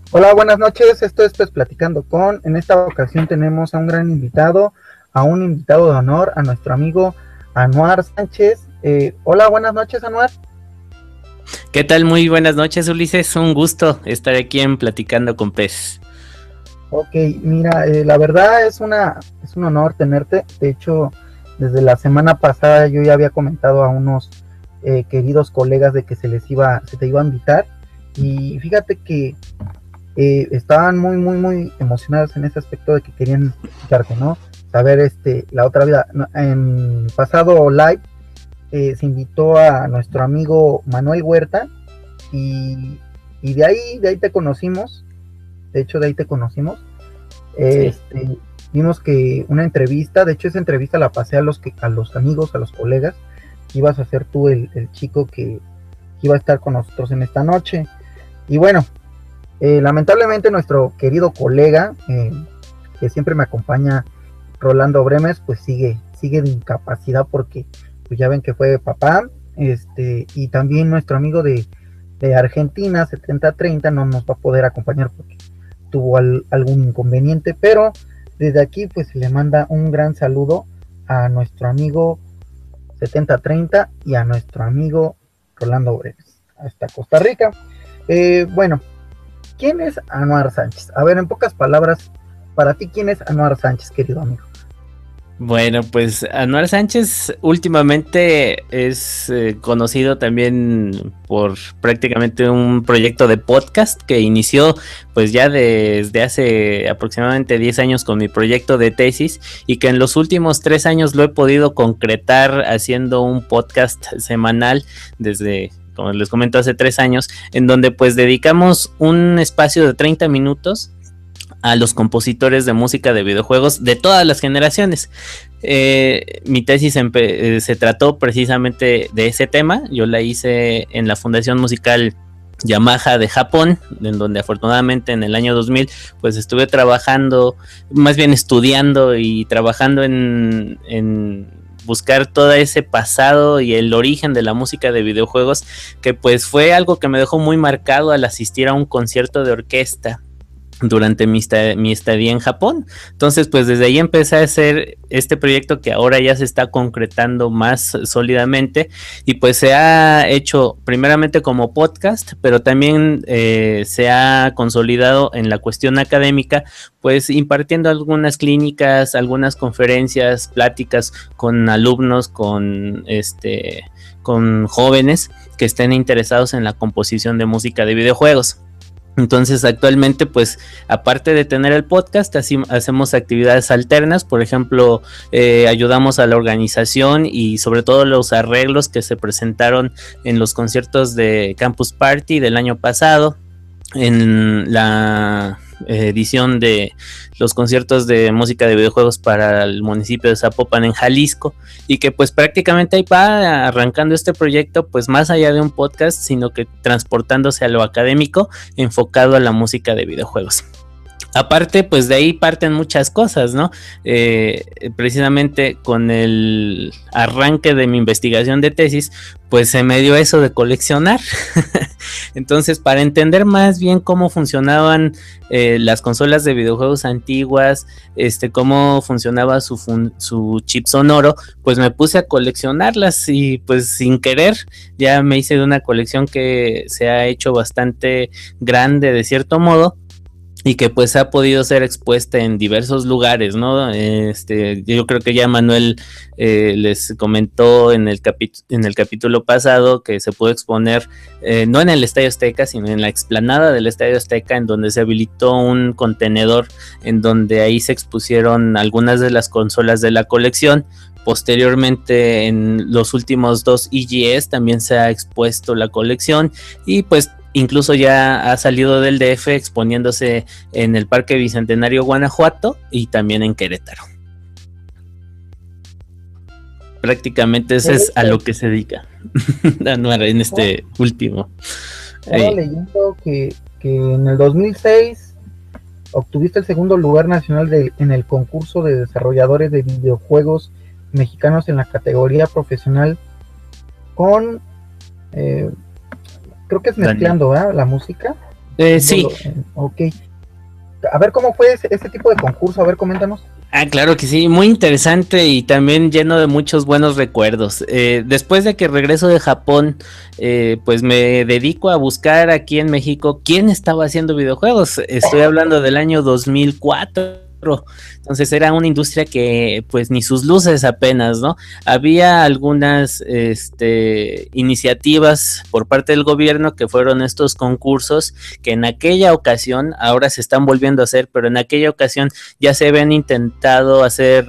Hola, buenas noches. Esto es Pues Platicando con. En esta ocasión tenemos a un gran invitado, a un invitado de honor, a nuestro amigo Anuar Sánchez. Hola, buenas noches, Anuar. ¿Qué tal? Muy buenas noches, Ulises. Un gusto estar aquí en Platicando con Pez. Ok, mira, la verdad es un honor tenerte. De hecho, desde la semana pasada yo ya había comentado a unos queridos colegas de que se te iba a invitar. Y fíjate que estaban muy emocionados en ese aspecto de que querían escucharte, ¿no? Saber la otra vida. No, en pasado live se invitó a nuestro amigo Manuel Huerta y, y de ahí te conocimos. De hecho, de ahí te conocimos. Sí. Vimos que una entrevista, de hecho esa entrevista la pasé a los amigos, a los colegas, que ibas a ser tú el chico que iba a estar con nosotros en esta noche. Y bueno, lamentablemente nuestro querido colega, que siempre me acompaña, Rolando Bremes, pues sigue de incapacidad porque pues ya ven que fue papá, y también nuestro amigo de Argentina, 7030, no nos va a poder acompañar porque tuvo algún inconveniente, pero desde aquí pues se le manda un gran saludo a nuestro amigo 7030 y a nuestro amigo Rolando Bremes, hasta Costa Rica. Bueno, ¿quién es Anuar Sánchez? A ver, en pocas palabras, para ti, ¿quién es Anuar Sánchez, querido amigo? Bueno, pues Anuar Sánchez últimamente es conocido también por prácticamente un proyecto de podcast que inició pues ya desde hace aproximadamente 10 años con mi proyecto de tesis y que en los últimos 3 años lo he podido concretar haciendo un podcast semanal desde, como les comento, hace 3 años, en donde pues dedicamos un espacio de 30 minutos a los compositores de música de videojuegos de todas las generaciones. Mi tesis se trató precisamente de ese tema. Yo la hice en la Fundación Musical Yamaha de Japón, en donde afortunadamente en el año 2000 pues estuve trabajando, más bien estudiando y trabajando en buscar todo ese pasado y el origen de la música de videojuegos, que pues fue algo que me dejó muy marcado al asistir a un concierto de orquesta durante mi estadía en Japón. Entonces pues desde ahí empecé a hacer este proyecto que ahora ya se está concretando más sólidamente y pues se ha hecho primeramente como podcast, pero también se ha consolidado en la cuestión académica, pues impartiendo algunas clínicas, algunas conferencias, pláticas con alumnos, con jóvenes que estén interesados en la composición de música de videojuegos. Entonces actualmente pues aparte de tener el podcast hacemos actividades alternas, por ejemplo ayudamos a la organización y sobre todo los arreglos que se presentaron en los conciertos de Campus Party del año pasado, en la edición de los conciertos de música de videojuegos para el municipio de Zapopan en Jalisco, y que pues prácticamente ahí va arrancando este proyecto pues más allá de un podcast, sino que transportándose a lo académico enfocado a la música de videojuegos. Aparte, pues de ahí parten muchas cosas, ¿no? Precisamente con el arranque de mi investigación de tesis, pues se me dio eso de coleccionar. Entonces, para entender más bien cómo funcionaban las consolas de videojuegos antiguas, cómo funcionaba su chip sonoro, pues me puse a coleccionarlas y pues sin querer ya me hice de una colección que se ha hecho bastante grande de cierto modo, y que pues ha podido ser expuesta en diversos lugares, ¿no? Yo creo que ya Manuel les comentó en el capítulo pasado que se pudo exponer no en el Estadio Azteca, sino en la explanada del Estadio Azteca, en donde se habilitó un contenedor en donde ahí se expusieron algunas de las consolas de la colección. Posteriormente, en los últimos 2 EGS también se ha expuesto la colección y pues incluso ya ha salido del DF exponiéndose en el Parque Bicentenario Guanajuato y también en Querétaro. Prácticamente eso es a lo que se dedica Anuar en este último. Estaba leyendo que en el 2006 obtuviste el segundo lugar nacional en el concurso de desarrolladores de videojuegos mexicanos en la categoría profesional con creo que es mezclando la música. Sí. Ok. A ver, ¿cómo fue ese tipo de concurso? A ver, coméntanos. Claro que sí, muy interesante y también lleno de muchos buenos recuerdos. Después de que regreso de Japón, pues me dedico a buscar aquí en México quién estaba haciendo videojuegos. Estoy hablando del año 2004. Entonces era una industria que pues ni sus luces apenas, ¿no? Había algunas iniciativas por parte del gobierno que fueron estos concursos que en aquella ocasión, ahora se están volviendo a hacer, pero en aquella ocasión ya se habían intentado hacer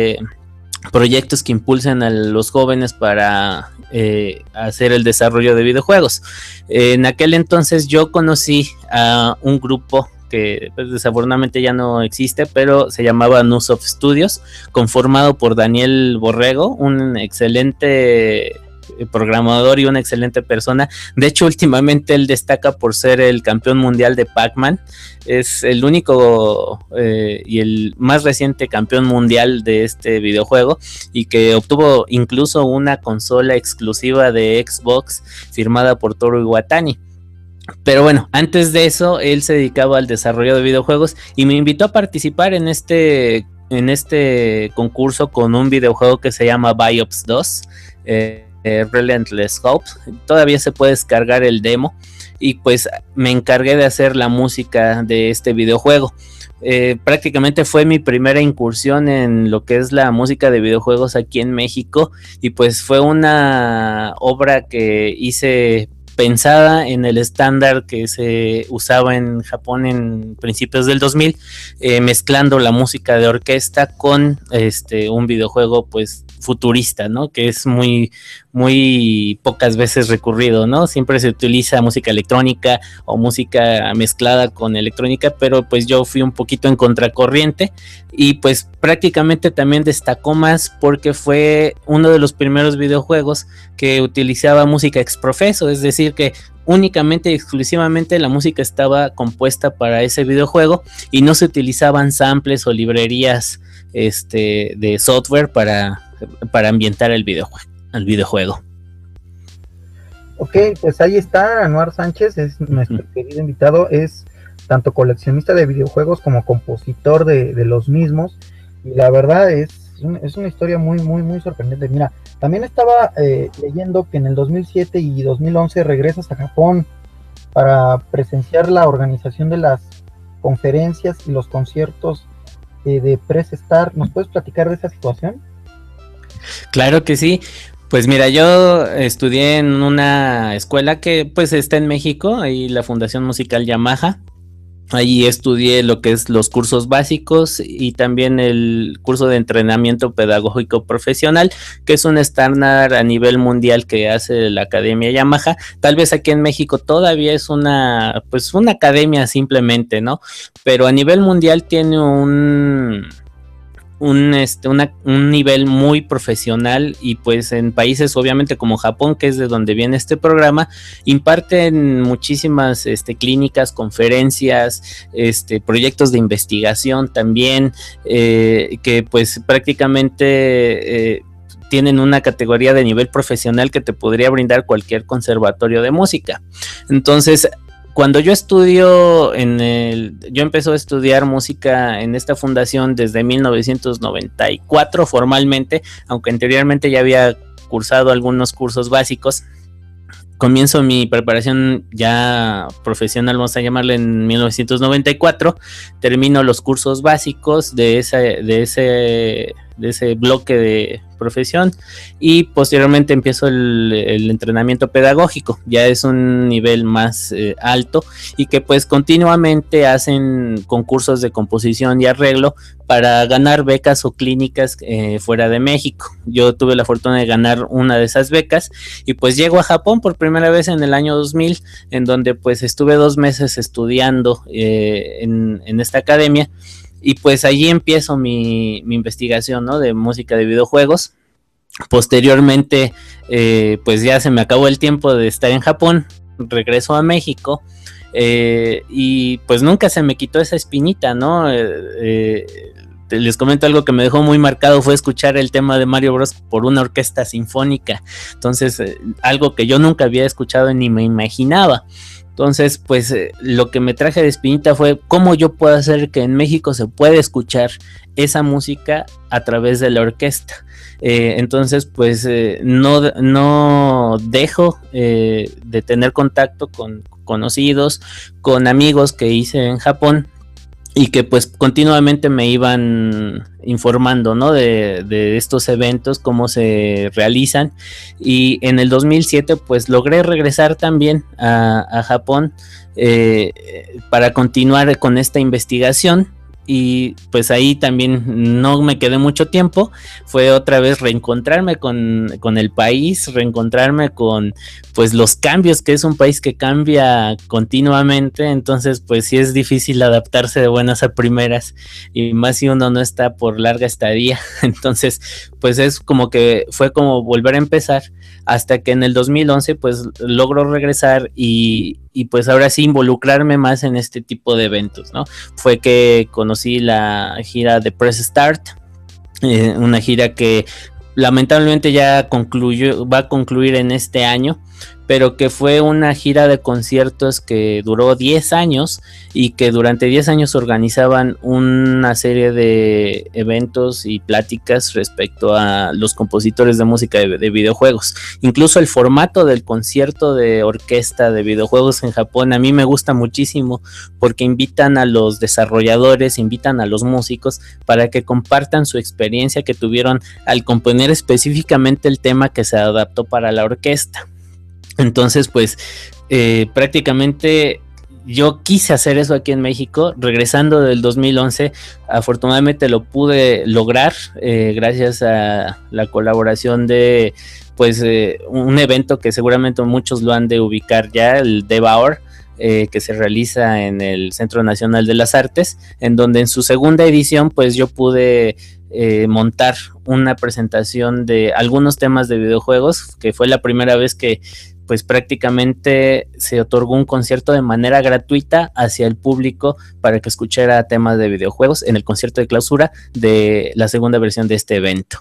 proyectos que impulsen a los jóvenes para hacer el desarrollo de videojuegos. En aquel entonces yo conocí a un grupo que pues, desafortunadamente ya no existe, pero se llamaba Nusoft Studios, conformado por Daniel Borrego, un excelente programador y una excelente persona. De hecho, últimamente él destaca por ser el campeón mundial de Pac-Man. Es el único y el más reciente campeón mundial de este videojuego y que obtuvo incluso una consola exclusiva de Xbox firmada por Toru Iwatani. Pero bueno, antes de eso, él se dedicaba al desarrollo de videojuegos y me invitó a participar en este concurso con un videojuego que se llama Biops 2, Relentless Hope. Todavía se puede descargar el demo y pues me encargué de hacer la música de este videojuego. Prácticamente fue mi primera incursión en lo que es la música de videojuegos aquí en México y pues fue una obra que hice pensada en el estándar que se usaba en Japón en principios del 2000, mezclando la música de orquesta con un videojuego pues futurista, ¿no? Que es muy pocas veces recurrido, ¿no? Siempre se utiliza música electrónica o música mezclada con electrónica, pero pues yo fui un poquito en contracorriente y pues prácticamente también destacó más porque fue uno de los primeros videojuegos que utilizaba música ex profeso, es decir que únicamente y exclusivamente la música estaba compuesta para ese videojuego y no se utilizaban samples o librerías de software para ambientar el videojuego. Ok, pues ahí está, Anuar Sánchez es nuestro querido invitado, es tanto coleccionista de videojuegos como compositor de los mismos, y la verdad es una historia muy sorprendente. Mira, también estaba leyendo que en el 2007 y 2011 regresas a Japón para presenciar la organización de las conferencias y los conciertos de Press Star. ¿Nos puedes platicar de esa situación? Claro que sí. Pues mira, yo estudié en una escuela que pues está en México, ahí la Fundación Musical Yamaha. Allí estudié lo que es los cursos básicos y también el curso de entrenamiento pedagógico profesional, que es un estándar a nivel mundial que hace la Academia Yamaha. Tal vez aquí en México todavía es una academia simplemente, ¿no? Pero a nivel mundial tiene un nivel muy profesional y pues en países obviamente como Japón, que es de donde viene este programa, imparten muchísimas clínicas, conferencias, proyectos de investigación también, que pues prácticamente tienen una categoría de nivel profesional que te podría brindar cualquier conservatorio de música. Entonces, cuando yo yo empecé a estudiar música en esta fundación desde 1994 formalmente, aunque anteriormente ya había cursado algunos cursos básicos. Comienzo mi preparación ya profesional, vamos a llamarle, en 1994. Termino los cursos básicos de ese bloque de profesión y posteriormente empiezo el entrenamiento pedagógico. Ya es un nivel más alto y que pues continuamente hacen concursos de composición y arreglo para ganar becas o clínicas fuera de México. Yo tuve la fortuna de ganar una de esas becas y pues llego a Japón por primera vez en el año 2000, en donde pues estuve 2 meses estudiando en esta academia. Y pues allí empiezo mi investigación, ¿no? De música de videojuegos. Posteriormente, pues ya se me acabó el tiempo de estar en Japón, regreso a México y pues nunca se me quitó esa espinita, ¿no? Les comento algo que me dejó muy marcado, fue escuchar el tema de Mario Bros. Por una orquesta sinfónica. Entonces, algo que yo nunca había escuchado ni me imaginaba. Entonces, pues lo que me traje de espinita fue cómo yo puedo hacer que en México se pueda escuchar esa música a través de la orquesta. Entonces, pues no dejo de tener contacto con conocidos, con amigos que hice en Japón, y que pues continuamente me iban informando, ¿no? de estos eventos, cómo se realizan. Y en el 2007 pues logré regresar también a Japón para continuar con esta investigación. Y pues ahí también no me quedé mucho tiempo, fue otra vez reencontrarme con el país, reencontrarme con pues los cambios, que es un país que cambia continuamente. Entonces pues sí es difícil adaptarse de buenas a primeras, y más si uno no está por larga estadía. Entonces pues es como que fue como volver a empezar, hasta que en el 2011 pues logro regresar y pues ahora sí involucrarme más en este tipo de eventos, ¿no? Fue que conocí la gira de Press Start, una gira que lamentablemente ya va a concluir en este año, pero que fue una gira de conciertos que duró 10 años y que durante 10 años organizaban una serie de eventos y pláticas respecto a los compositores de música de videojuegos. Incluso el formato del concierto de orquesta de videojuegos en Japón a mí me gusta muchísimo, porque invitan a los desarrolladores, invitan a los músicos para que compartan su experiencia que tuvieron al componer específicamente el tema que se adaptó para la orquesta. Entonces pues prácticamente yo quise hacer eso aquí en México. Regresando del 2011, afortunadamente lo pude lograr gracias a la colaboración de pues un evento que seguramente muchos lo han de ubicar ya, el Devour, que se realiza en el Centro Nacional de las Artes, en donde en su segunda edición pues yo pude montar una presentación de algunos temas de videojuegos, que fue la primera vez que pues prácticamente se otorgó un concierto de manera gratuita hacia el público para que escuchara temas de videojuegos en el concierto de clausura de la segunda versión de este evento.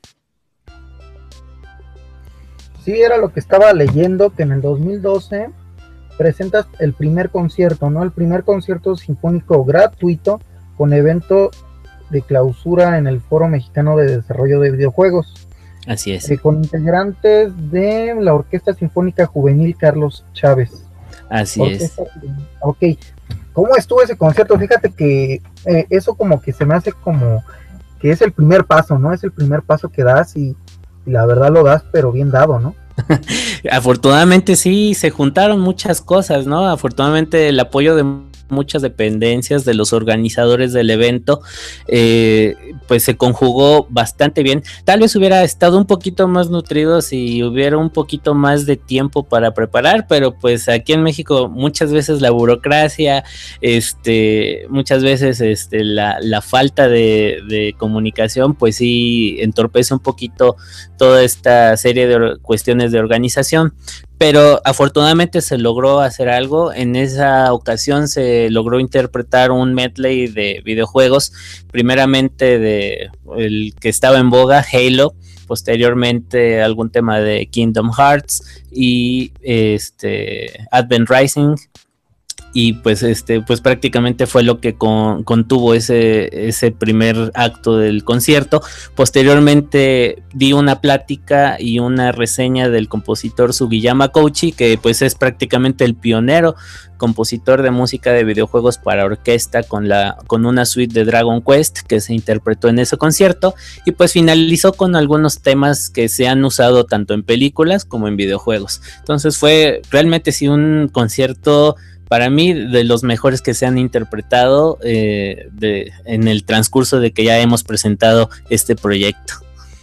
Sí, era lo que estaba leyendo, que en el 2012 presentas el primer concierto, ¿no? El primer concierto sinfónico gratuito con evento de clausura en el Foro Mexicano de Desarrollo de Videojuegos. Así es. Con integrantes de la Orquesta Sinfónica Juvenil Carlos Chávez. Así Orquesta, es. Ok, ¿cómo estuvo ese concierto? Fíjate que eso como que se me hace como que es el primer paso, ¿no? Es el primer paso que das y la verdad lo das, pero bien dado, ¿no? Afortunadamente sí, se juntaron muchas cosas, ¿no? Afortunadamente el apoyo de muchas dependencias de los organizadores del evento, pues se conjugó bastante bien. Tal vez hubiera estado un poquito más nutrido si hubiera un poquito más de tiempo para preparar, pero pues aquí en México muchas veces la burocracia, muchas veces la falta de comunicación, pues sí entorpece un poquito toda esta serie de cuestiones de organización. Pero afortunadamente se logró hacer algo. En esa ocasión se logró interpretar un medley de videojuegos, primeramente de el que estaba en boga, Halo, posteriormente algún tema de Kingdom Hearts y Advent Rising. Y pues pues prácticamente fue lo que contuvo ese primer acto del concierto. Posteriormente di una plática y una reseña del compositor Sugiyama Kouchi, que pues es prácticamente el pionero compositor de música de videojuegos para orquesta, con una suite de Dragon Quest que se interpretó en ese concierto, y pues finalizó con algunos temas que se han usado tanto en películas como en videojuegos. Entonces fue realmente sí un concierto para mí de los mejores que se han interpretado en el transcurso de que ya hemos presentado este proyecto.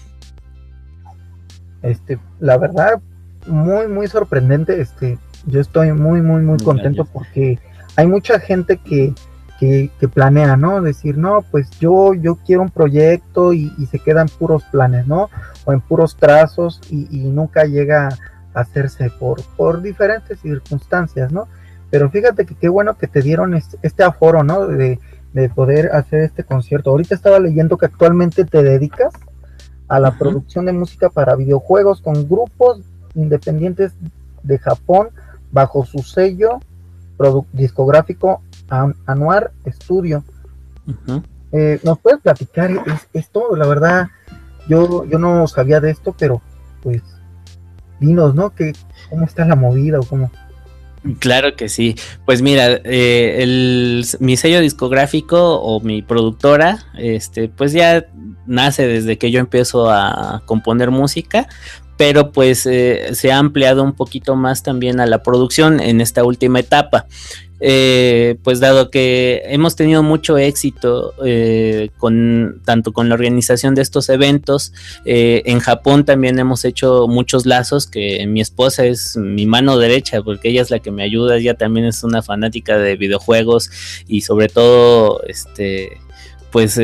La verdad, muy muy sorprendente. Yo estoy muy muy muy contento porque hay mucha gente que planea, ¿no? Decir, no, pues yo quiero un proyecto y se quedan puros planes, ¿no? O en puros trazos y nunca llega a hacerse por diferentes circunstancias, ¿no? Pero fíjate que qué bueno que te dieron este aforo, ¿no? De poder hacer este concierto. Ahorita estaba leyendo que actualmente te dedicas a la producción de música para videojuegos con grupos independientes de Japón bajo su sello discográfico Anuar Studio. Uh-huh. ¿Nos puedes platicar esto? La verdad, yo no sabía de esto, pero pues dinos, ¿no? ¿Cómo está la movida o cómo? Claro que sí. Pues mira, mi sello discográfico o mi productora, pues ya nace desde que yo empiezo a componer música, pero pues se ha ampliado un poquito más también a la producción en esta última etapa. Pues dado que hemos tenido mucho éxito tanto con la organización de estos eventos, en Japón también hemos hecho muchos lazos, que mi esposa es mi mano derecha porque ella es la que me ayuda, ella también es una fanática de videojuegos y sobre todo pues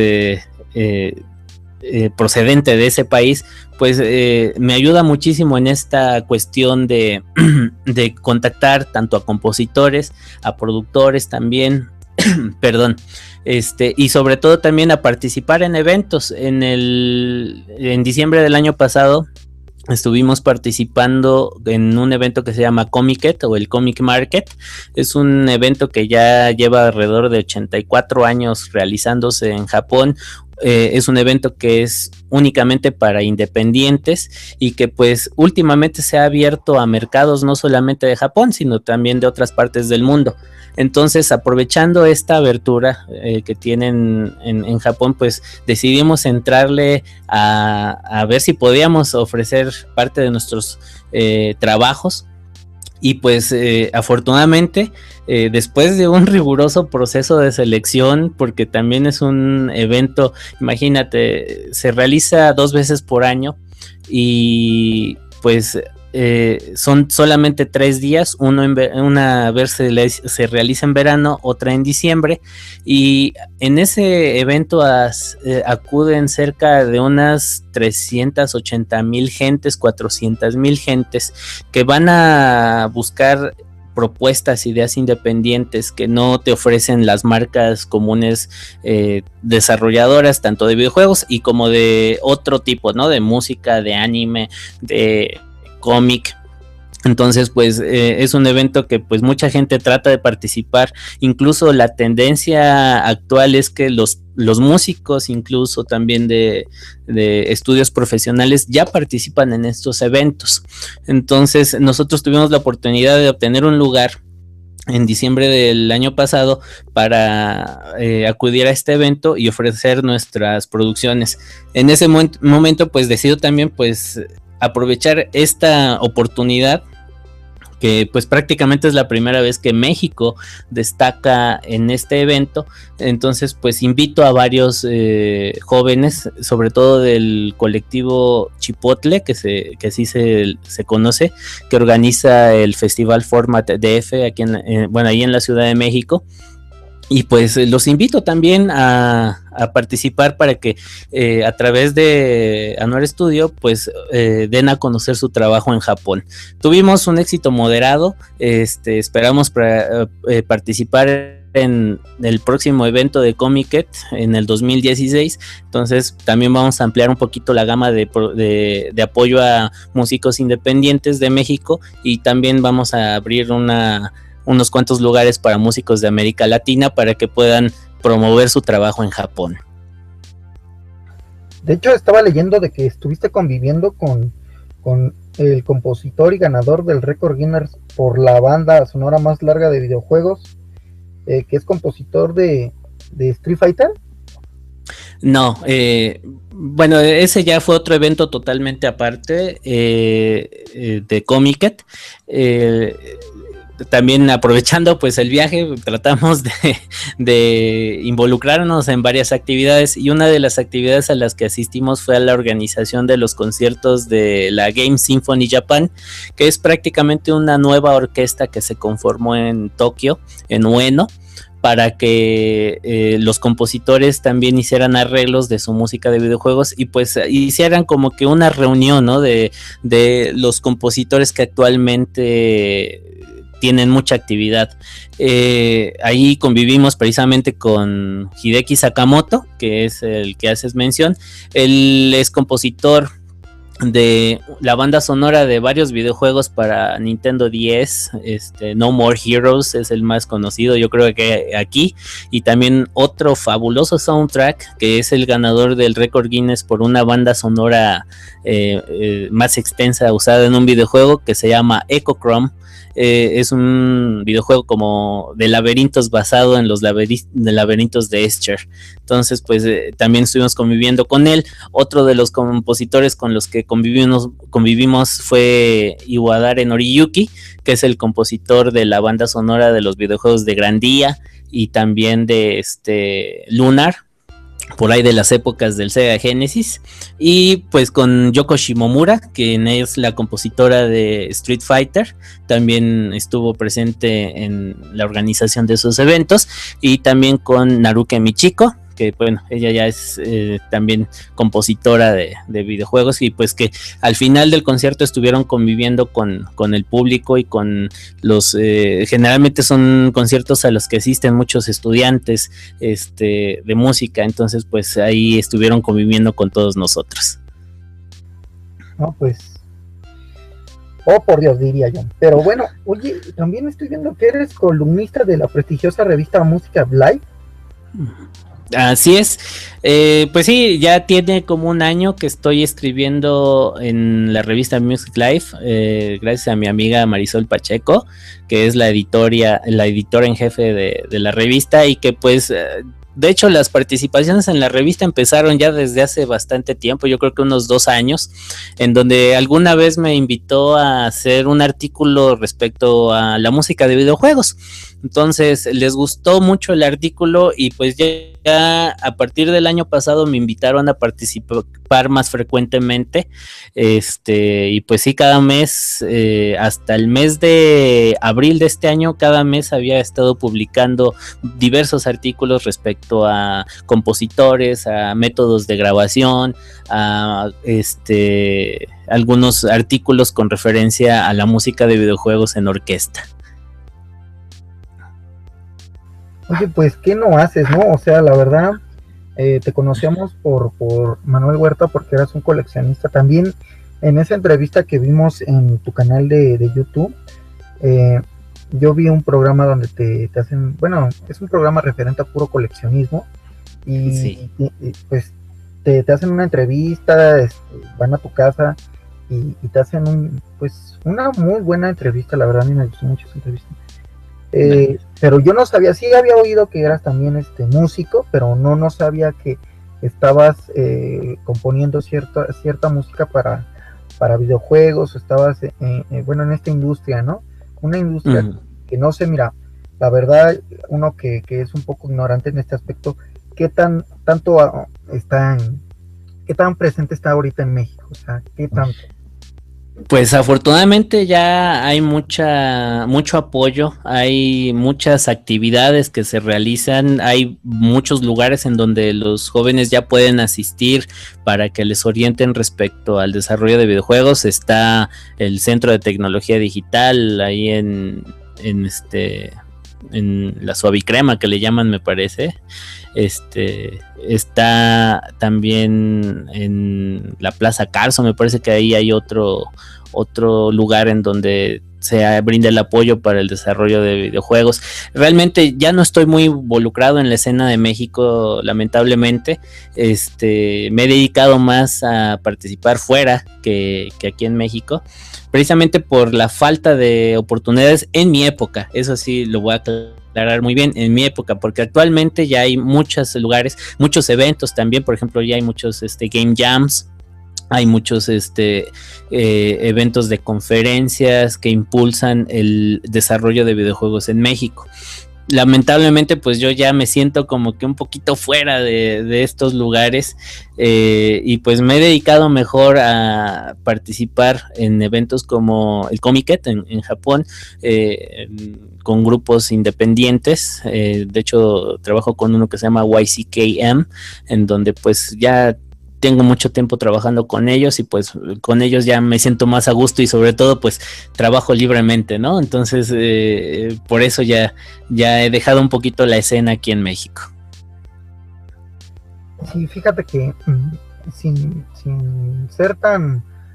procedente de ese país, pues me ayuda muchísimo en esta cuestión de contactar tanto a compositores, a productores también, perdón, y sobre todo también a participar en eventos. En diciembre del año pasado estuvimos participando en un evento que se llama Comiket o el Comic Market. Es un evento que ya lleva alrededor de 84 años realizándose en Japón. Es un evento que es únicamente para independientes y que pues últimamente se ha abierto a mercados no solamente de Japón, sino también de otras partes del mundo. Entonces, aprovechando esta abertura que tienen en Japón, pues decidimos entrarle a ver si podíamos ofrecer parte de nuestros trabajos. Y pues afortunadamente, después de un riguroso proceso de selección, porque también es un evento, imagínate, se realiza 2 veces por año y pues son solamente 3 días, una vez se realiza en verano, otra en diciembre, y en ese evento acuden cerca de unas 380,000 gentes, 400,000 gentes, que van a buscar propuestas, ideas independientes que no te ofrecen las marcas comunes desarrolladoras, tanto de videojuegos y como de otro tipo, ¿no? De música, de anime, de cómic. Entonces pues es un evento que pues mucha gente trata de participar. Incluso la tendencia actual es que los músicos, incluso también de estudios profesionales, ya participan en estos eventos. Entonces nosotros tuvimos la oportunidad de obtener un lugar en diciembre del año pasado para acudir a este evento y ofrecer nuestras producciones. En ese momento pues decido también pues aprovechar esta oportunidad, que pues prácticamente es la primera vez que México destaca en este evento. Entonces pues invito a varios jóvenes, sobre todo del colectivo Chipotle, que así se conoce, que organiza el Festival Format DF aquí ahí en la Ciudad de México. Y pues los invito también a participar para que a través de Anuar Studio pues den a conocer su trabajo en Japón. Tuvimos un éxito moderado, esperamos participar en el próximo evento de Comiket en el 2016. Entonces también vamos a ampliar un poquito la gama de apoyo a músicos independientes de México, y también vamos a abrir unos cuantos lugares para músicos de América Latina para que puedan promover su trabajo en Japón. De hecho, estaba leyendo de que estuviste conviviendo con el compositor y ganador del récord Guinness por la banda sonora más larga de videojuegos, que es compositor de Street Fighter. No, bueno, ese ya fue otro evento totalmente aparte de Comiket. También aprovechando pues el viaje, tratamos de involucrarnos en varias actividades, y una de las actividades a las que asistimos fue a la organización de los conciertos de la Game Symphony Japan, que es prácticamente una nueva orquesta que se conformó en Tokio, en Ueno, para que los compositores también hicieran arreglos de su música de videojuegos y pues hicieran como que una reunión, ¿no? de los compositores que actualmente tienen mucha actividad. Ahí convivimos precisamente con Hideki Sakamoto, que es el que haces mención. Él es compositor de la banda sonora de varios videojuegos para Nintendo 10. No More Heroes es el más conocido, yo creo que aquí, y también otro fabuloso soundtrack que es el ganador del récord Guinness por una banda sonora más extensa usada en un videojuego, que se llama Echochrome. Es un videojuego como de laberintos basado en los laberintos de Escher. Entonces pues también estuvimos conviviendo con él. Otro de los compositores con los que convivimos fue Iwadare Noriyuki, que es el compositor de la banda sonora de los videojuegos de Grandia y también de Lunar, por ahí de las épocas del Sega Genesis, y pues con Yoko Shimomura, quien es la compositora de Street Fighter, también estuvo presente en la organización de esos eventos, y también con Naruke Michiko, que bueno, ella ya es también compositora de videojuegos, y pues que al final del concierto estuvieron conviviendo con el público y con los, generalmente son conciertos a los que asisten muchos estudiantes de música, entonces pues ahí estuvieron conviviendo con todos nosotros. No, pues, oh por Dios, diría yo. Pero bueno, oye, también estoy viendo que eres columnista de la prestigiosa revista Música Live. Así es, pues sí, ya tiene como un año que estoy escribiendo en la revista Music Live, gracias a mi amiga Marisol Pacheco, que es la editora en jefe de la revista, y que pues de hecho las participaciones en la revista empezaron ya desde hace bastante tiempo, yo creo que unos 2 años, en donde alguna vez me invitó a hacer un artículo respecto a la música de videojuegos. Entonces les gustó mucho el artículo y pues ya a partir del año pasado me invitaron a participar más frecuentemente, y pues sí, cada mes, hasta el mes de abril de este año, cada mes había estado publicando diversos artículos respecto a compositores, a métodos de grabación, a algunos artículos con referencia a la música de videojuegos en orquesta. Oye, pues, ¿qué no haces, no? O sea, la verdad, te conocíamos por Manuel Huerta porque eras un coleccionista. También en esa entrevista que vimos en tu canal de YouTube, yo vi un programa donde te hacen, bueno, es un programa referente a puro coleccionismo y, sí. y pues te hacen una entrevista, van a tu casa y te hacen una muy buena entrevista. La verdad, a mí me gustó mucho esa entrevista. Pero yo no sabía, sí había oído que eras también músico, pero no sabía que estabas componiendo cierta música para videojuegos, estabas en esta industria, ¿no? Una industria que no sé, mira, la verdad, uno que es un poco ignorante en este aspecto, ¿qué tan presente está ahorita en México? O sea, ¿qué tanto? Pues afortunadamente ya hay mucho apoyo, hay muchas actividades que se realizan, hay muchos lugares en donde los jóvenes ya pueden asistir para que les orienten respecto al desarrollo de videojuegos. Está el Centro de Tecnología Digital ahí en la Suavicrema, que le llaman, me parece. Está también en la Plaza Carso, me parece que ahí hay otro lugar en donde se brinda el apoyo para el desarrollo de videojuegos. Realmente ya no estoy muy involucrado en la escena de México, lamentablemente. Me he dedicado más a participar fuera que aquí en México, precisamente por la falta de oportunidades en mi época. Eso sí lo voy a aclarar muy bien, en mi época, porque actualmente ya hay muchos lugares, muchos eventos también. Por ejemplo, ya hay muchos game jams, hay muchos eventos de conferencias que impulsan el desarrollo de videojuegos en México. Lamentablemente pues yo ya me siento como que un poquito fuera de estos lugares, y pues me he dedicado mejor a participar en eventos como el Comiket en Japón, con grupos independientes. De hecho trabajo con uno que se llama YCKM, en donde pues ya tengo mucho tiempo trabajando con ellos, y pues con ellos ya me siento más a gusto, y sobre todo pues trabajo libremente, ¿no? Entonces por eso ya he dejado un poquito la escena aquí en México. Sí, fíjate que sin ser tan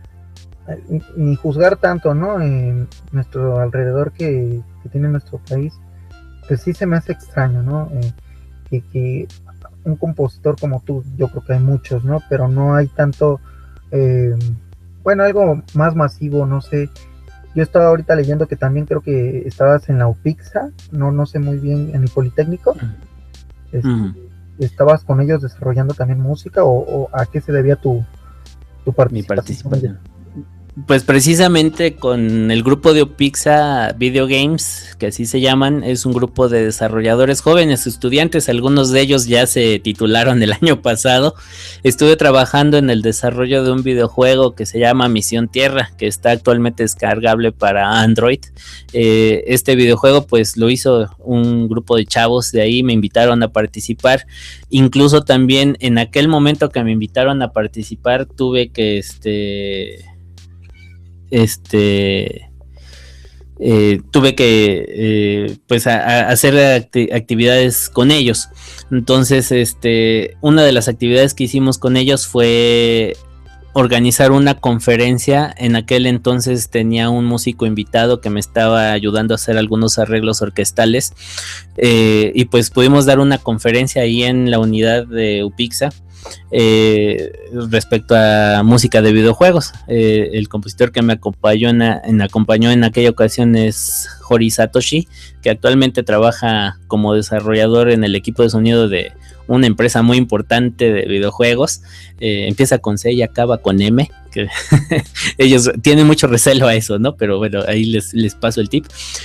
ni juzgar tanto, ¿no? En nuestro alrededor que tiene nuestro país, pues sí se me hace extraño, ¿no? Que un compositor como tú, yo creo que hay muchos, ¿no? Pero no hay tanto, bueno, algo más masivo, no sé. Yo estaba ahorita leyendo que también creo que estabas en la UPIXA, no sé muy bien, en el Politécnico. ¿Estabas con ellos desarrollando también música o a qué se debía tu participación? Mi participación. Pues precisamente con el grupo de UPIXA Video Games, que así se llaman, es un grupo de desarrolladores jóvenes, estudiantes, algunos de ellos ya se titularon el año pasado. Estuve trabajando en el desarrollo de un videojuego que se llama Misión Tierra, que está actualmente descargable para Android. Este videojuego pues lo hizo un grupo de chavos de ahí, me invitaron a participar. Incluso también en aquel momento que me invitaron a participar tuve que tuve que pues hacer actividades con ellos. Entonces una de las actividades que hicimos con ellos fue organizar una conferencia. En aquel entonces tenía un músico invitado que me estaba ayudando a hacer algunos arreglos orquestales, y pues pudimos dar una conferencia ahí en la unidad de UPIXA respecto a música de videojuegos. El compositor que me acompañó en aquella ocasión es Hori Satoshi, que actualmente trabaja como desarrollador en el equipo de sonido de una empresa muy importante de videojuegos. Empieza con C y acaba con M, que ellos tienen mucho recelo a eso, ¿no? Pero bueno, ahí les paso el tip.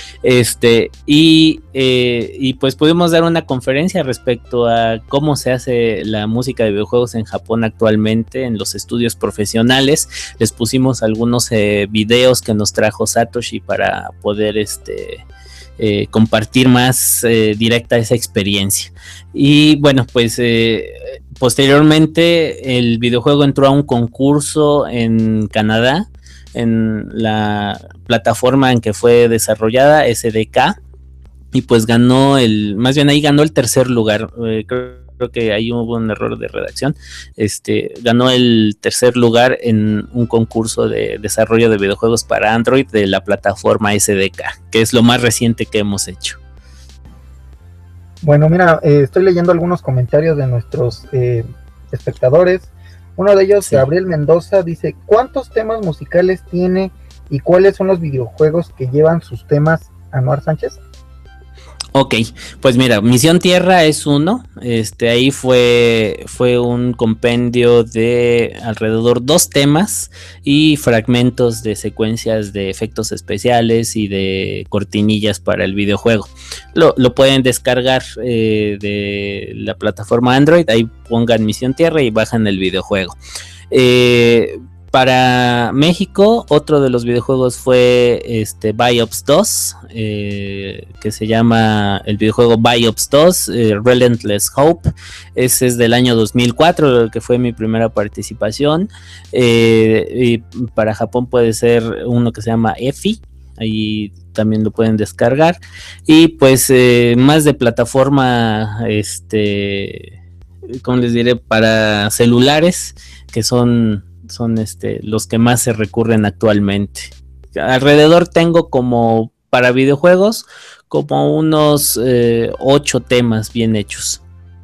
Y pues pudimos dar una conferencia respecto a cómo se hace la música de videojuegos en Japón actualmente en los estudios profesionales. Les pusimos algunos videos que nos trajo Satoshi para poder compartir más directa esa experiencia. Y bueno, pues posteriormente el videojuego entró a un concurso en Canadá, en la plataforma en que fue desarrollada, SDK, y pues ganó más bien ahí ganó el tercer lugar. Creo que ahí hubo un error de redacción. Ganó el tercer lugar en un concurso de desarrollo de videojuegos para Android de la plataforma SDK, que es lo más reciente que hemos hecho. Bueno, mira, estoy leyendo algunos comentarios de nuestros espectadores. Uno de ellos, sí. Gabriel Mendoza, dice: ¿cuántos temas musicales tiene y cuáles son los videojuegos que llevan sus temas Anuar Sánchez? Ok, pues mira, Misión Tierra es uno. Ahí fue un compendio de alrededor 2 temas y fragmentos de secuencias de efectos especiales y de cortinillas para el videojuego. Lo pueden descargar de la plataforma Android. Ahí pongan Misión Tierra y bajan el videojuego. Para México, otro de los videojuegos fue Biops 2, que se llama el videojuego Biops 2, Relentless Hope. Ese es del año 2004, que fue mi primera participación. Y para Japón puede ser uno que se llama EFI, ahí también lo pueden descargar. Y pues más de plataforma, ¿cómo les diré? Para celulares, que son los que más se recurren actualmente. Alrededor tengo como para videojuegos como unos 8 temas bien hechos.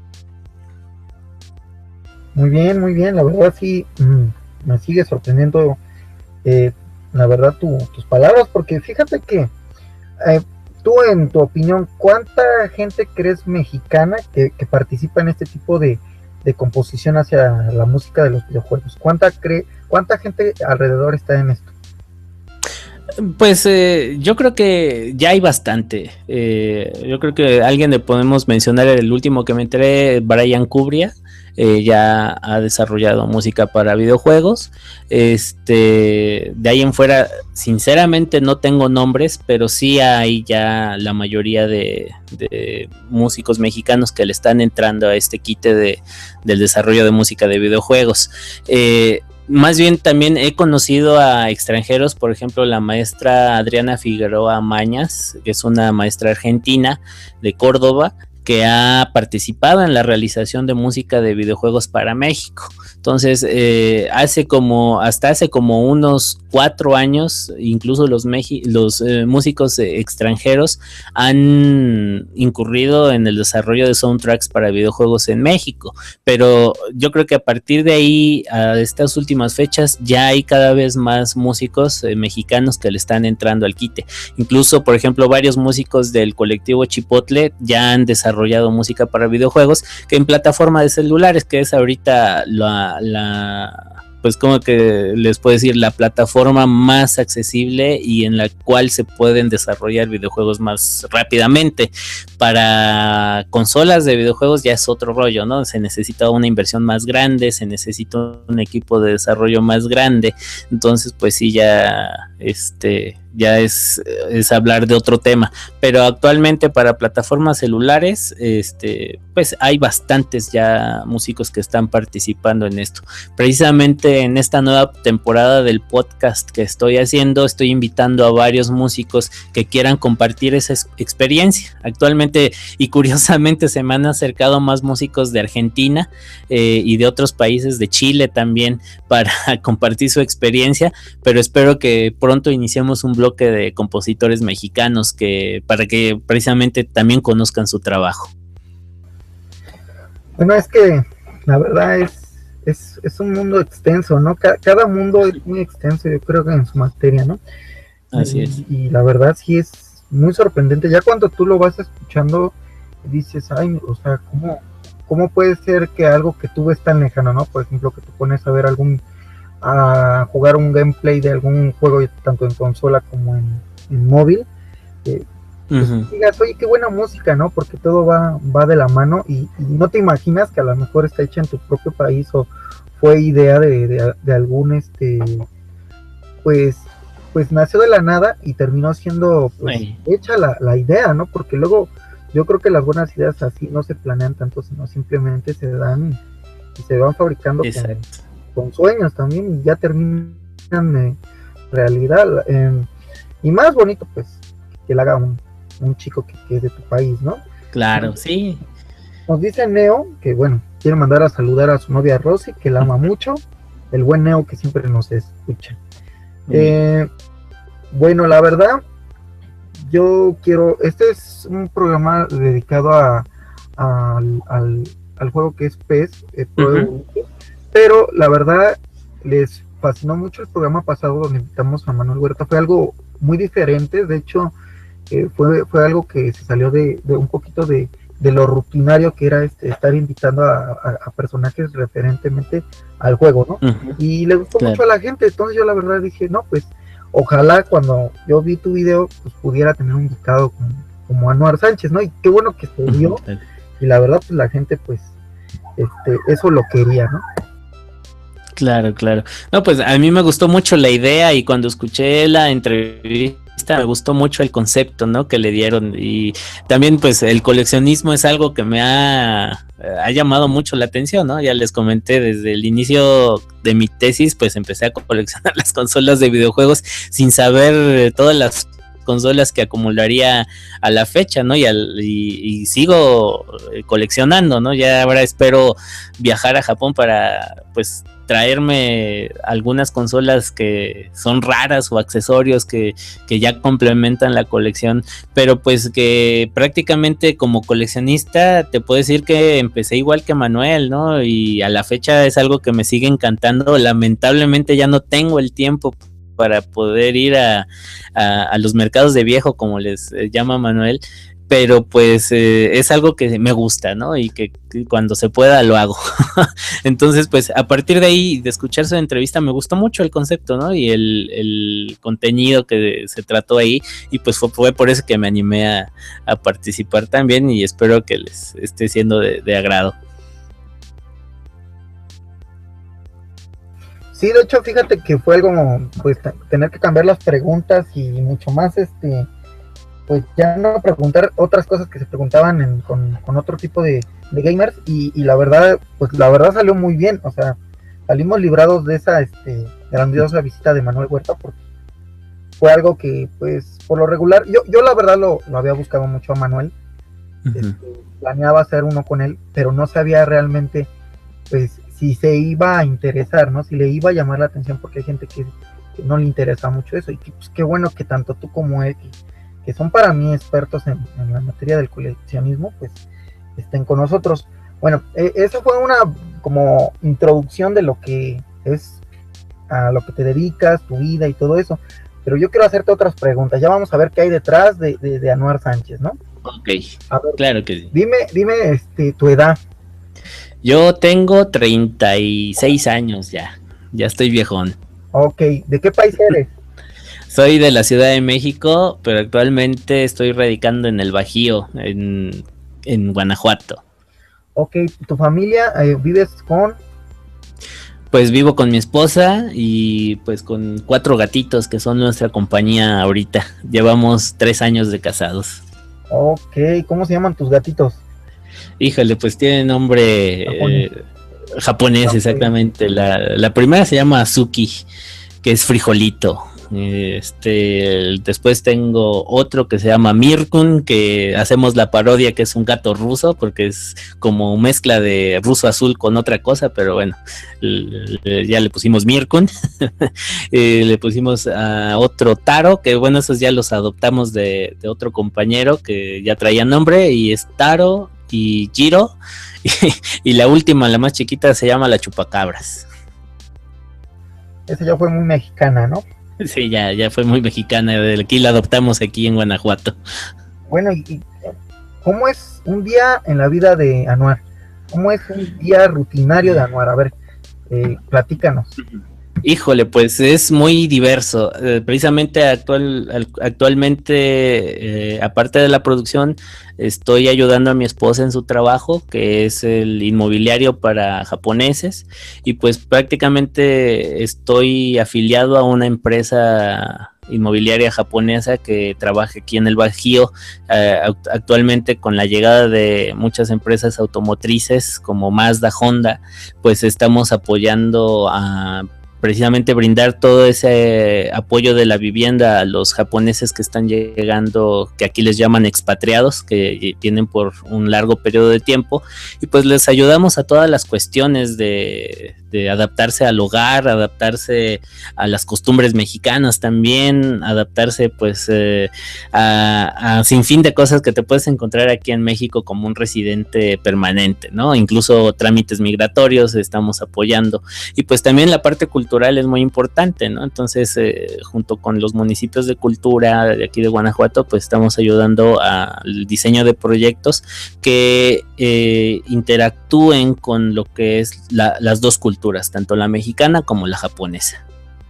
Muy bien, la verdad sí me sigue sorprendiendo la verdad tus palabras, porque fíjate que tú, en tu opinión, ¿cuánta gente crees mexicana que participa en este tipo de composición hacia la música de los videojuegos? ¿Cuánta gente alrededor está en esto? Pues yo creo que ya hay bastante. Yo creo que alguien le podemos mencionar, el último que me enteré, Brian Cubria. Ya ha desarrollado música para videojuegos. De ahí en fuera, sinceramente no tengo nombres, pero sí hay ya la mayoría de músicos mexicanos que le están entrando a este quite del desarrollo de música de videojuegos. Más bien también he conocido a extranjeros, por ejemplo la maestra Adriana Figueroa Mañas, que es una maestra argentina de Córdoba, que ha participado en la realización de música de videojuegos para México. Entonces, hasta hace como unos 4 años, incluso los músicos extranjeros han incurrido en el desarrollo de soundtracks para videojuegos en México, pero yo creo que a partir de ahí, a estas últimas fechas, ya hay cada vez más músicos mexicanos que le están entrando al quite. Incluso, por ejemplo, varios músicos del colectivo Chipotle ya han desarrollado música para videojuegos, que en plataforma de celulares, que es ahorita pues como que les puedo decir, la plataforma más accesible y en la cual se pueden desarrollar videojuegos más rápidamente. Para consolas de videojuegos ya es otro rollo, ¿no? Se necesita una inversión más grande, se necesita un equipo de desarrollo más grande, entonces pues sí, ya es hablar de otro tema, pero actualmente para plataformas celulares, pues hay bastantes ya músicos que están participando en esto. Precisamente en esta nueva temporada del podcast que estoy haciendo, estoy invitando a varios músicos que quieran compartir esa experiencia. Actualmente y curiosamente se me han acercado más músicos de Argentina y de otros países, de Chile también, para compartir su experiencia, pero espero que pronto iniciemos un bloque de compositores mexicanos para que precisamente también conozcan su trabajo. Bueno, es que la verdad es un mundo extenso, ¿no? Cada mundo es muy extenso, yo creo que en su materia, ¿no? Así es. Y la verdad sí es muy sorprendente. Ya cuando tú lo vas escuchando, dices, ay, o sea, ¿cómo puede ser que algo que tú ves tan lejano, ¿no? Por ejemplo, que tú pones a ver a jugar un gameplay de algún juego, tanto en consola como en móvil, pues digas, oye, qué buena música, ¿no? Porque todo va de la mano y no te imaginas que a lo mejor está hecha en tu propio país o fue idea de algún, pues nació de la nada y terminó siendo pues, hecha la idea, ¿no? Porque luego yo creo que las buenas ideas así no se planean tanto, sino simplemente se dan y se van fabricando con sueños también y ya terminan realidad. Y más bonito, pues, que le haga un chico que es de tu país, ¿no? Claro, sí. Nos dice Neo que, bueno, quiere mandar a saludar a su novia Rosy, que la ama mucho, el buen Neo que siempre nos escucha. Bueno, la verdad, yo quiero, este es un programa dedicado al juego que es PES, pero la verdad les fascinó mucho el programa pasado donde invitamos a Manuel Huerta, fue algo muy diferente, de hecho fue algo que se salió de un poquito de lo rutinario que era estar invitando a personajes referentemente al juego, ¿no? Y le gustó mucho a la gente, entonces yo la verdad dije, no, pues ojalá cuando yo vi tu video pues pudiera tener un invitado como Anuar Sánchez, ¿no? Y qué bueno que se dio, y la verdad pues la gente pues eso lo quería, ¿no? Claro. No, pues a mí me gustó mucho la idea y cuando escuché la entrevista me gustó mucho el concepto, ¿no? Que le dieron y también pues el coleccionismo es algo que me ha llamado mucho la atención, ¿no? Ya les comenté desde el inicio de mi tesis, pues empecé a coleccionar las consolas de videojuegos sin saber todas las consolas que acumularía a la fecha, ¿no? Y sigo coleccionando, ¿no? Ya ahora espero viajar a Japón para, pues, traerme algunas consolas que son raras o accesorios que ya complementan la colección, pero pues que prácticamente como coleccionista te puedo decir que empecé igual que Manuel, ¿no? Y a la fecha es algo que me sigue encantando. Lamentablemente ya no tengo el tiempo para poder ir a los mercados de viejo, como les llama Manuel, pero pues es algo que me gusta, ¿no? Y que cuando se pueda lo hago. Entonces, pues a partir de ahí, de escuchar su entrevista, me gustó mucho el concepto, ¿no? Y el contenido que se trató ahí, y pues fue por eso que me animé a participar también, y espero que les esté siendo de agrado. Sí, de hecho, fíjate que fue algo, pues, tener que cambiar las preguntas y mucho más, pues, ya no preguntar otras cosas que se preguntaban con otro tipo de gamers, y la verdad, pues, la verdad salió muy bien, o sea, salimos librados de esa, grandiosa visita de Manuel Huerta, porque fue algo que, pues, por lo regular, yo la verdad lo había buscado mucho a Manuel, planeaba hacer uno con él, pero no sabía realmente, pues, si se iba a interesar, ¿no? Si le iba a llamar la atención, porque hay gente que no le interesa mucho eso, y que, pues, qué bueno que tanto tú como él, que son para mí expertos en la materia del coleccionismo, pues, estén con nosotros. Bueno, eso fue una como introducción de lo que es a lo que te dedicas, tu vida y todo eso. Pero yo quiero hacerte otras preguntas. Ya vamos a ver qué hay detrás de Anuar Sánchez, ¿no? Ok, A ver, claro que sí. dime tu edad. Yo tengo 36 años ya estoy viejón. Ok, ¿de qué país eres? Soy de la Ciudad de México, pero actualmente estoy radicando en el Bajío, en Guanajuato. Ok, ¿tu familia vives con? Pues vivo con mi esposa y pues con 4 gatitos que son nuestra compañía ahorita. Llevamos 3 años de casados. Ok, ¿cómo se llaman tus gatitos? Híjole, pues tiene nombre japonés, Ok. exactamente. La primera se llama Azuki, que es frijolito. Después tengo otro que se llama Mirkun, que hacemos la parodia que es un gato ruso, porque es como mezcla de ruso azul con otra cosa, pero bueno, ya le pusimos Mirkun. Le pusimos a otro Taro, que bueno, esos ya los adoptamos de otro compañero que ya traía nombre, y es Taro y Jiro. Y la última, la más chiquita, se llama la Chupacabras. Esa ya fue muy mexicana, ¿no? Sí, ya fue muy mexicana. De aquí la adoptamos aquí en Guanajuato. Bueno, y ¿cómo es un día en la vida de Anuar? ¿Cómo es un día rutinario de Anuar? A ver, platícanos. Híjole, pues es muy diverso. Precisamente actualmente, aparte de la producción, estoy ayudando a mi esposa en su trabajo, que es el inmobiliario para japoneses, y pues prácticamente estoy afiliado a una empresa inmobiliaria japonesa que trabaja aquí en el Bajío. Actualmente, con la llegada de muchas empresas automotrices como Mazda, Honda, pues estamos apoyando a precisamente brindar todo ese apoyo de la vivienda a los japoneses que están llegando, que aquí les llaman expatriados, que vienen por un largo periodo de tiempo, y pues les ayudamos a todas las cuestiones de adaptarse al hogar, adaptarse a las costumbres mexicanas también, adaptarse pues a sin fin de cosas que te puedes encontrar aquí en México como un residente permanente, ¿no? Incluso trámites migratorios estamos apoyando, y pues también la parte cultural es muy importante, ¿no? Entonces, junto con los municipios de cultura de aquí de Guanajuato, pues estamos ayudando al diseño de proyectos que interactúen con lo que es las dos culturas, tanto la mexicana como la japonesa.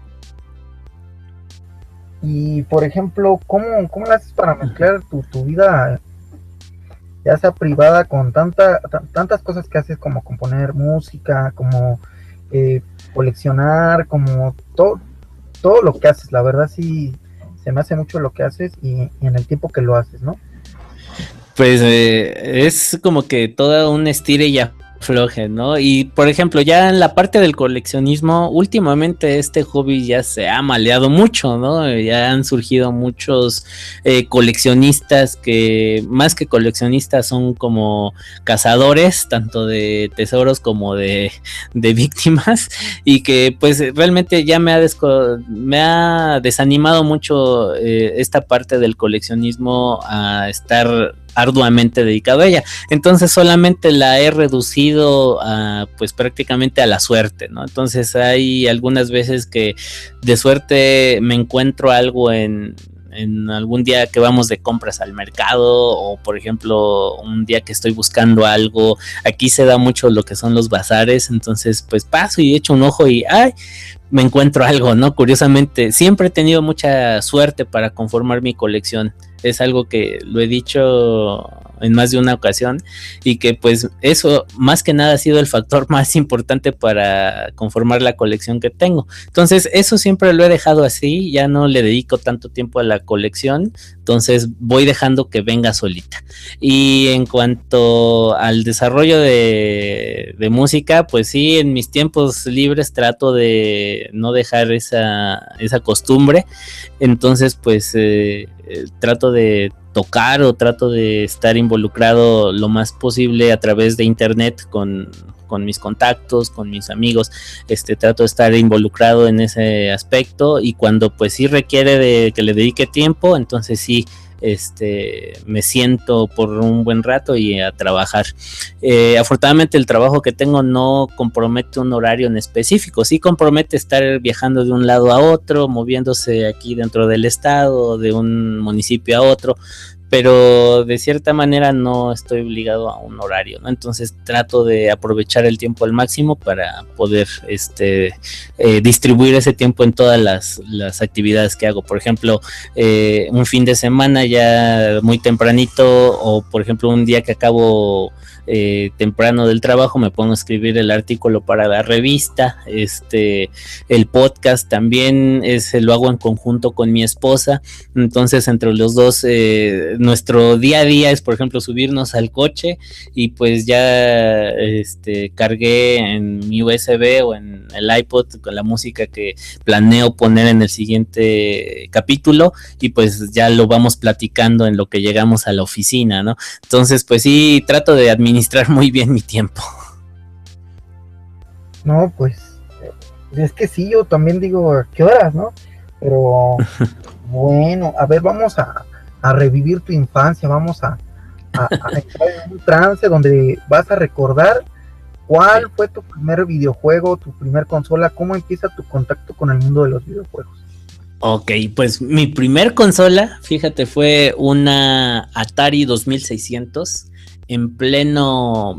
Y, por ejemplo, ¿cómo lo haces para mezclar tu vida, ya sea privada, con tantas cosas que haces, como componer música, como coleccionar, como todo lo que haces? La verdad sí se me hace mucho lo que haces y en el tiempo que lo haces, ¿no? Pues es como que todo un estire y afloje, ¿no? Y por ejemplo, ya en la parte del coleccionismo, últimamente este hobby ya se ha maleado mucho, ¿no? Ya han surgido muchos coleccionistas que más que coleccionistas son como cazadores, tanto de tesoros como de víctimas, y que pues realmente ya me ha desanimado mucho esta parte del coleccionismo a estar arduamente dedicado a ella. Entonces solamente la he reducido a, pues prácticamente a la suerte, ¿no? Entonces hay algunas veces que de suerte me encuentro algo en algún día que vamos de compras al mercado, o por ejemplo un día que estoy buscando algo. Aquí se da mucho lo que son los bazares, entonces pues paso y echo un ojo y ¡ay! Me encuentro algo, ¿no? Curiosamente, siempre he tenido mucha suerte para conformar mi colección. Es algo que lo he dicho en más de una ocasión, y que pues eso más que nada ha sido el factor más importante para conformar la colección que tengo. Entonces eso siempre lo he dejado así, ya no le dedico tanto tiempo a la colección, entonces voy dejando que venga solita. Y en cuanto al desarrollo de música, pues sí, en mis tiempos libres trato de no dejar esa costumbre. Entonces pues trato de tocar o trato de estar involucrado lo más posible a través de internet con mis contactos, con mis amigos. Trato de estar involucrado en ese aspecto, y cuando pues sí requiere de que le dedique tiempo, entonces sí me siento por un buen rato y a trabajar. Afortunadamente el trabajo que tengo no compromete un horario en específico, sí compromete estar viajando de un lado a otro, moviéndose aquí dentro del estado, de un municipio a otro, pero de cierta manera no estoy obligado a un horario, ¿no? Entonces trato de aprovechar el tiempo al máximo para poder distribuir ese tiempo en todas las actividades que hago. Por ejemplo, un fin de semana ya muy tempranito, o por ejemplo un día que acabo temprano del trabajo, me pongo a escribir el artículo para la revista. El podcast también lo hago en conjunto con mi esposa, entonces entre los dos nuestro día a día es, por ejemplo, subirnos al coche y pues ya cargué en mi USB o en el iPod con la música que planeo poner en el siguiente capítulo, y pues ya lo vamos platicando en lo que llegamos a la oficina, ¿no? Entonces pues sí, trato de administrar muy bien mi tiempo. No, pues es que sí, yo también digo, ¿a qué horas, no? Pero bueno, a ver, vamos a revivir tu infancia, vamos a entrar en un trance donde vas a recordar cuál fue tu primer videojuego, tu primer consola, cómo empieza tu contacto con el mundo de los videojuegos. Ok, pues mi primer consola, fíjate, fue una Atari 2600 en pleno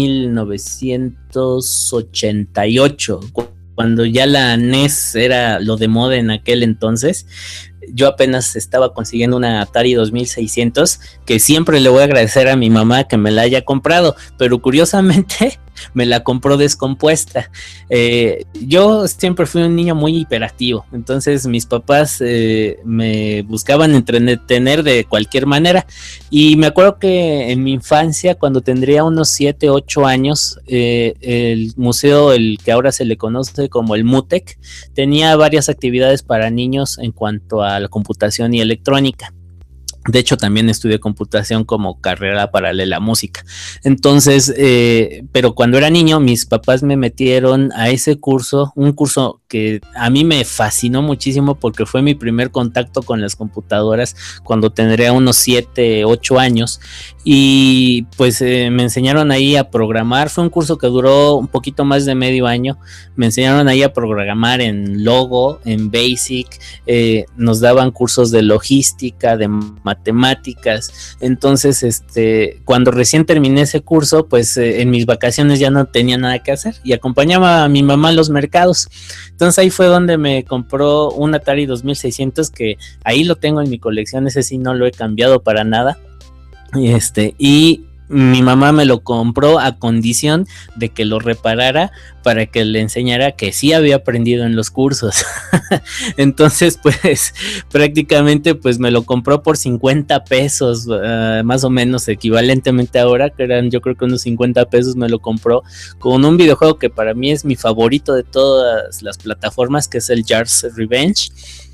1988, cuando ya la NES era lo de moda en aquel entonces. Yo apenas estaba consiguiendo una Atari 2600, que siempre le voy a agradecer a mi mamá que me la haya comprado, pero curiosamente me la compró descompuesta. Yo siempre fui un niño muy hiperactivo, entonces mis papás me buscaban entretener de cualquier manera, y me acuerdo que en mi infancia, cuando tendría unos 7, 8 años, el museo, el que ahora se le conoce como el MUTEC, tenía varias actividades para niños en cuanto a la computación y electrónica. De hecho, también estudié computación como carrera paralela a música. Entonces, pero cuando era niño, mis papás me metieron a ese curso, un curso que a mí me fascinó muchísimo porque fue mi primer contacto con las computadoras cuando tendría unos 7, 8 años. Y pues me enseñaron ahí a programar. Fue un curso que duró un poquito más de medio año. Me enseñaron ahí a programar en Logo, en Basic. Nos daban cursos de logística, de matemáticas. Entonces, cuando recién terminé ese curso, pues en mis vacaciones ya no tenía nada que hacer y acompañaba a mi mamá a los mercados. Entonces ahí fue donde me compró un Atari 2600, que ahí lo tengo en mi colección. Ese sí no lo he cambiado para nada. Y mi mamá me lo compró a condición de que lo reparara para que le enseñara que sí había aprendido en los cursos. Entonces pues prácticamente pues me lo compró por 50 pesos, más o menos equivalentemente ahora, que eran yo creo que unos 50 pesos. Me lo compró con un videojuego que para mí es mi favorito de todas las plataformas, que es el Jar Revenge.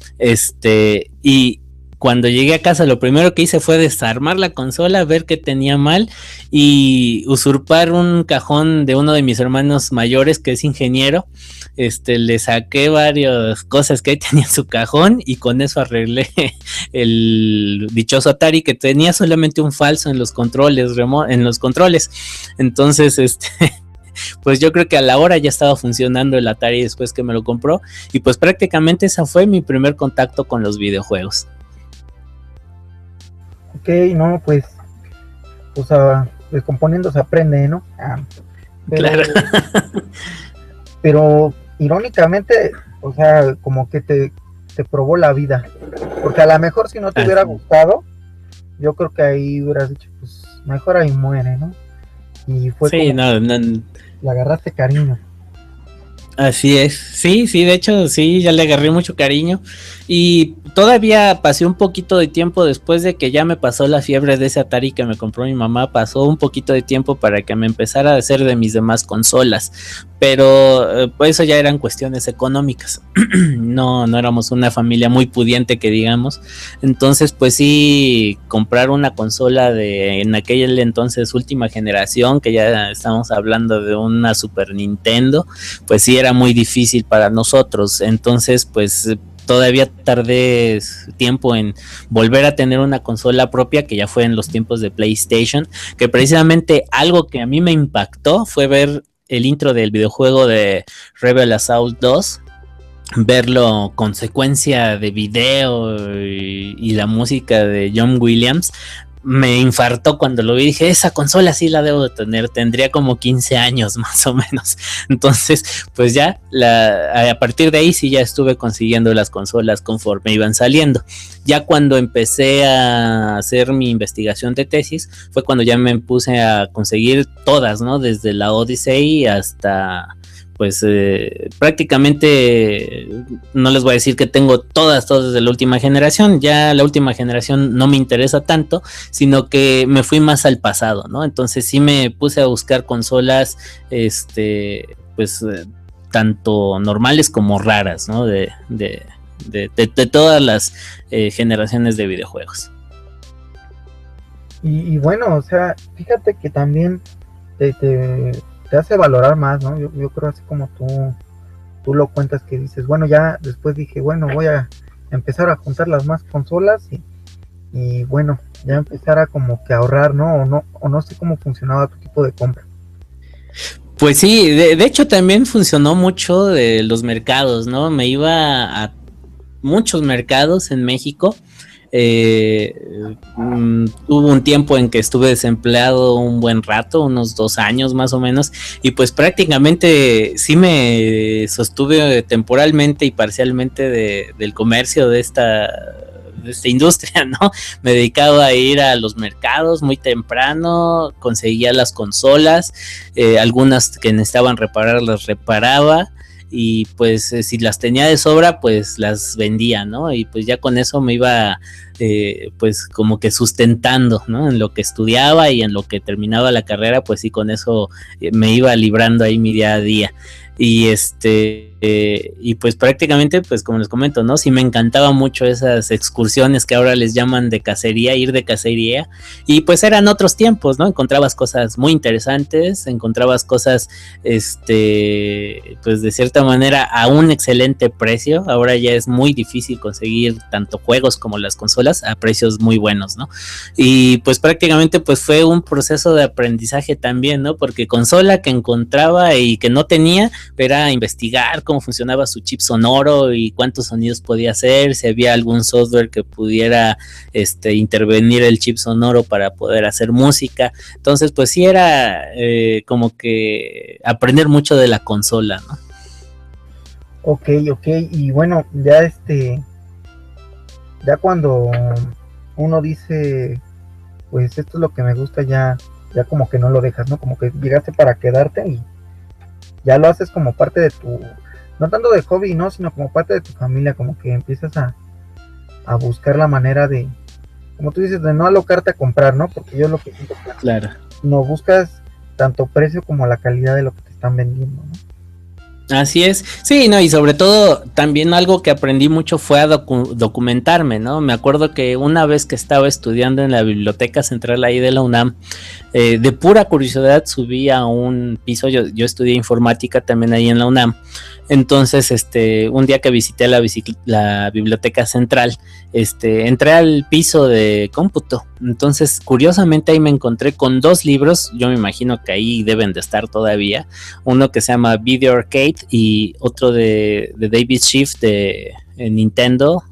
Y cuando llegué a casa, lo primero que hice fue desarmar la consola, ver qué tenía mal y usurpar un cajón de uno de mis hermanos mayores, que es ingeniero. Le saqué varias cosas que ahí tenía en su cajón y con eso arreglé el dichoso Atari, que tenía solamente un falso en los controles, Entonces, pues yo creo que a la hora ya estaba funcionando el Atari después que me lo compró, y pues prácticamente ese fue mi primer contacto con los videojuegos. Ok, no, pues, descomponiendo se aprende, ¿no? Pero, claro. Pero irónicamente, como que te probó la vida, porque a lo mejor si no te hubiera gustado, yo creo que ahí hubieras dicho, pues, mejor ahí muere, ¿no? Y fue sí, como le agarraste cariño. Así es, sí, sí, de hecho, sí, ya le agarré mucho cariño y todavía pasé un poquito de tiempo después de que ya me pasó la fiebre de ese Atari que me compró mi mamá, pasó un poquito de tiempo para que me empezara a hacer de mis demás consolas, pero pues eso ya eran cuestiones económicas, no éramos una familia muy pudiente que digamos, entonces pues sí, comprar una consola de en aquel entonces última generación, que ya estamos hablando de una Super Nintendo, pues sí era muy difícil para nosotros, entonces pues todavía tardé tiempo en volver a tener una consola propia, que ya fue en los tiempos de PlayStation, que precisamente algo que a mí me impactó fue ver el intro del videojuego de Rebel Assault 2, verlo con secuencia de video y la música de John Williams. Me infartó cuando lo vi, dije, esa consola sí la debo de tener, tendría como 15 años más o menos, entonces pues ya a partir de ahí sí ya estuve consiguiendo las consolas conforme iban saliendo. Ya cuando empecé a hacer mi investigación de tesis fue cuando ya me puse a conseguir todas, ¿no? Desde la Odyssey hasta pues prácticamente no les voy a decir que tengo todas de la última generación, ya la última generación no me interesa tanto, sino que me fui más al pasado, ¿no? Entonces sí me puse a buscar consolas, pues tanto normales como raras, ¿no? De todas las generaciones de videojuegos. Y bueno, o sea, fíjate que también te hace valorar más, ¿no? Yo creo así como tú lo cuentas, que dices, bueno, ya después dije, bueno, voy a empezar a juntar las más consolas y bueno, ya empezar a como que ahorrar, ¿no? O no sé cómo funcionaba tu tipo de compra. Pues sí, de hecho también funcionó mucho de los mercados, ¿no? Me iba a muchos mercados en México. Hubo un tiempo en que estuve desempleado un buen rato, unos 2 años más o menos, y pues prácticamente sí me sostuve temporalmente y parcialmente del comercio de esta industria, ¿no? Me dedicaba a ir a los mercados muy temprano, conseguía las consolas, algunas que necesitaban reparar las reparaba, y pues si las tenía de sobra pues las vendía, ¿no? Y pues ya con eso me iba pues como que sustentando, ¿no? En lo que estudiaba y en lo que terminaba la carrera, pues sí, con eso me iba librando ahí mi día a día. Y y pues prácticamente, pues como les comento, ¿no? Sí me encantaba mucho esas excursiones que ahora les llaman de cacería, ir de cacería, y pues eran otros tiempos, ¿no? Encontrabas cosas muy interesantes, encontrabas cosas, pues de cierta manera a un excelente precio. Ahora ya es muy difícil conseguir tanto juegos como las consolas a precios muy buenos, ¿no? Y pues prácticamente pues fue un proceso de aprendizaje también, ¿no? Porque consola que encontraba y que no tenía, era investigar cómo funcionaba su chip sonoro y cuántos sonidos podía hacer, si había algún software que pudiera intervenir el chip sonoro para poder hacer música. Entonces pues sí era como que aprender mucho de la consola, ¿no? Ok, y bueno, ya ya cuando uno dice, pues esto es lo que me gusta, ya como que no lo dejas, ¿no? Como que llegaste para quedarte y ya lo haces como parte de no tanto de hobby, ¿no? Sino como parte de tu familia, como que empiezas a buscar la manera de, como tú dices, de no alocarte a comprar, ¿no? Porque yo lo que siento es que claro, no buscas tanto precio como la calidad de lo que te están vendiendo, ¿no? Así es, sí, no, y sobre todo también algo que aprendí mucho fue a documentarme, ¿no? Me acuerdo que una vez que estaba estudiando en la biblioteca central ahí de la UNAM, de pura curiosidad subí a un piso, yo estudié informática también ahí en la UNAM, entonces un día que visité la biblioteca central, entré al piso de cómputo, entonces curiosamente ahí me encontré con 2 libros, yo me imagino que ahí deben de estar todavía, uno que se llama Video Arcade y otro de David Schiff de Nintendo,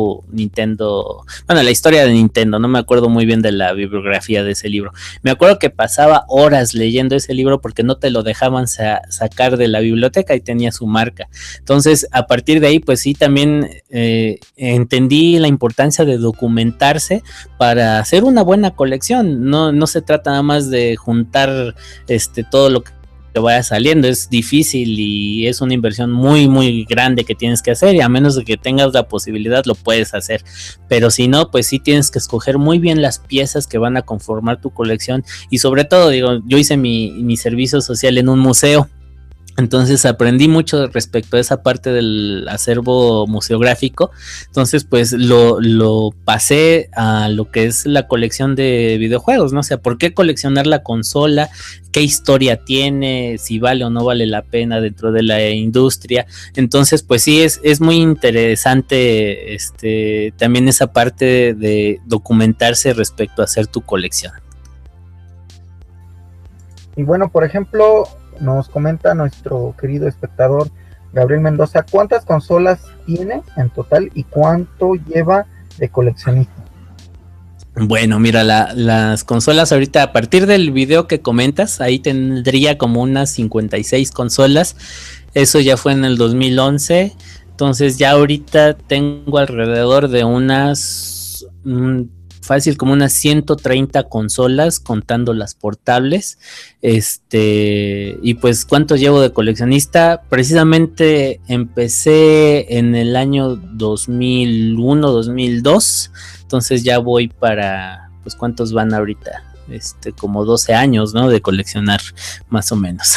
la historia de Nintendo, no me acuerdo muy bien de la bibliografía de ese libro. Me acuerdo que pasaba horas leyendo ese libro porque no te lo dejaban sacar de la biblioteca y tenía su marca. Entonces, a partir de ahí, pues sí, también entendí la importancia de documentarse para hacer una buena colección. No se trata nada más de juntar todo lo que que vaya saliendo. Es difícil y es una inversión muy muy grande que tienes que hacer, y a menos de que tengas la posibilidad lo puedes hacer, pero si no, pues sí tienes que escoger muy bien las piezas que van a conformar tu colección. Y sobre todo, digo, yo hice mi servicio social en un museo, entonces aprendí mucho respecto a esa parte del acervo museográfico. Entonces pues lo pasé a lo que es la colección de videojuegos, ¿no? O sea, ¿por qué coleccionar la consola? ¿Qué historia tiene? Si vale o no vale la pena dentro de la industria. Entonces pues sí, es muy interesante también esa parte de documentarse respecto a hacer tu colección. Y bueno, por ejemplo, nos comenta nuestro querido espectador Gabriel Mendoza, ¿cuántas consolas tiene en total y cuánto lleva de coleccionista? Bueno, mira, las consolas ahorita, a partir del video que comentas, ahí tendría como unas 56 consolas. Eso ya fue en el 2011. Entonces ya ahorita tengo alrededor de unas... fácil como unas 130 consolas contando las portables. Y pues ¿cuánto llevo de coleccionista? Precisamente empecé en el año 2001, 2002. Entonces ya voy para, pues ¿cuántos van ahorita? Como 12 años, ¿no? De coleccionar, más o menos.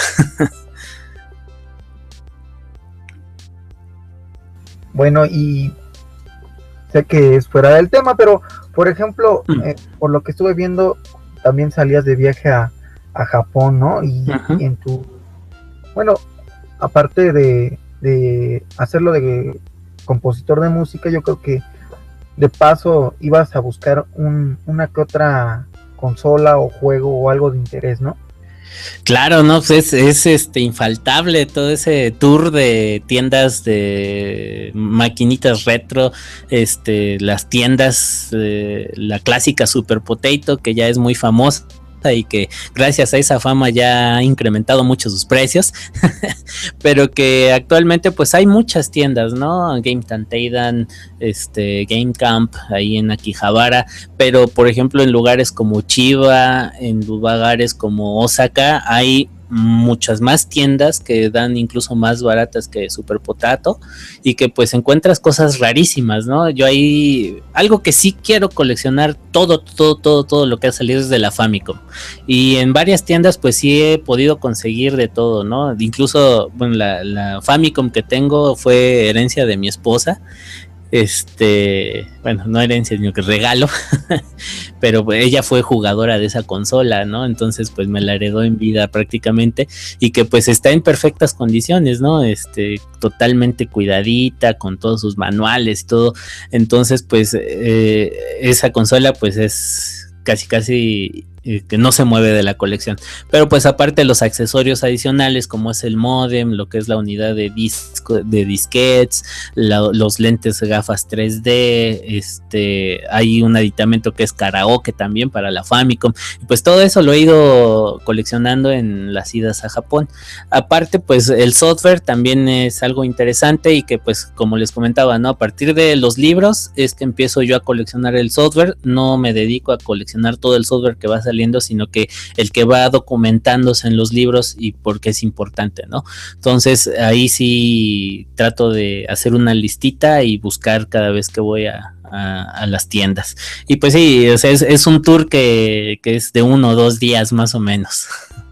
Bueno, y sé que es fuera del tema, pero por ejemplo, por lo que estuve viendo, también salías de viaje a Japón, ¿no? Y en tu, bueno, aparte de hacerlo de compositor de música, yo creo que de paso ibas a buscar una que otra consola o juego o algo de interés, ¿no? Claro, no, pues es infaltable todo ese tour de tiendas de maquinitas retro, las tiendas, la clásica Super Potato, que ya es muy famosa y que gracias a esa fama ya ha incrementado mucho sus precios, pero que actualmente pues hay muchas tiendas, ¿no? Game Tanteidan, Game Camp ahí en Akihabara, pero por ejemplo en lugares como Chiba, en lugares como Osaka hay muchas más tiendas que dan incluso más baratas que Super Potato y que pues encuentras cosas rarísimas, ¿no? Yo ahí, algo que sí quiero coleccionar, todo lo que ha salido desde la Famicom, y en varias tiendas pues sí he podido conseguir de todo, ¿no? Incluso, bueno, la Famicom que tengo fue herencia de mi esposa. Bueno, no herencia, sino que regalo, pero ella fue jugadora de esa consola, ¿no? Entonces, pues me la heredó en vida prácticamente, y que pues está en perfectas condiciones, ¿no? Totalmente cuidadita, con todos sus manuales y todo. Entonces, pues, esa consola, pues es casi que no se mueve de la colección, pero pues aparte los accesorios adicionales como es el módem, lo que es la unidad de disquetes, los lentes gafas 3D, hay un aditamento que es karaoke también para la Famicom, y pues todo eso lo he ido coleccionando en las idas a Japón. Aparte pues el software también es algo interesante, y que pues como les comentaba, ¿no? A partir de los libros es que empiezo yo a coleccionar el software. No me dedico a coleccionar todo el software que va a saliendo, sino que el que va documentándose en los libros, y porque es importante, ¿no? Entonces ahí sí trato de hacer una listita y buscar cada vez que voy a las tiendas. Y pues sí, o sea, es un tour que es de 1 o 2 días más o menos.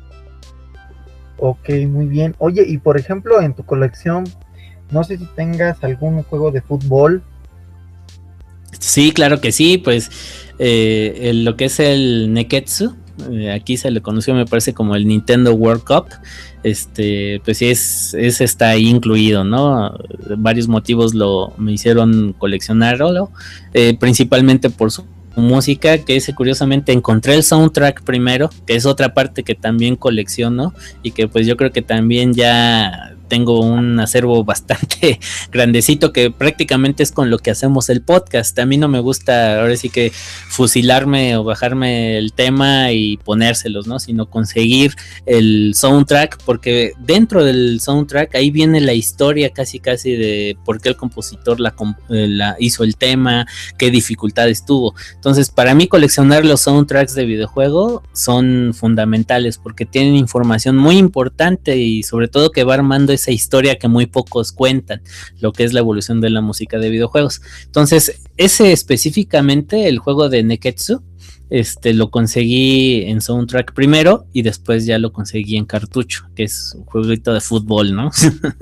Ok, muy bien. Oye, y por ejemplo en tu colección, no sé si tengas algún juego de fútbol. Sí, claro que sí, pues lo que es el Neketsu, aquí se le conoció, me parece, como el Nintendo World Cup, pues sí está ahí incluido, ¿no? Varios motivos me hicieron coleccionarlo, principalmente por su música, que ese curiosamente encontré el soundtrack primero, que es otra parte que también colecciono, y que pues yo creo que también ya tengo un acervo bastante grandecito que prácticamente es con lo que hacemos el podcast. A mí no me gusta ahora sí que fusilarme o bajarme el tema y ponérselos, ¿no? Sino conseguir el soundtrack, porque dentro del soundtrack ahí viene la historia casi de por qué el compositor la hizo el tema, qué dificultades tuvo. Entonces, para mí coleccionar los soundtracks de videojuego son fundamentales porque tienen información muy importante y sobre todo que va armando esa historia que muy pocos cuentan, lo que es la evolución de la música de videojuegos. Entonces, ese específicamente, el juego de Neketsu, lo conseguí en soundtrack primero y después ya lo conseguí en cartucho, que es un jueguito de fútbol, ¿no?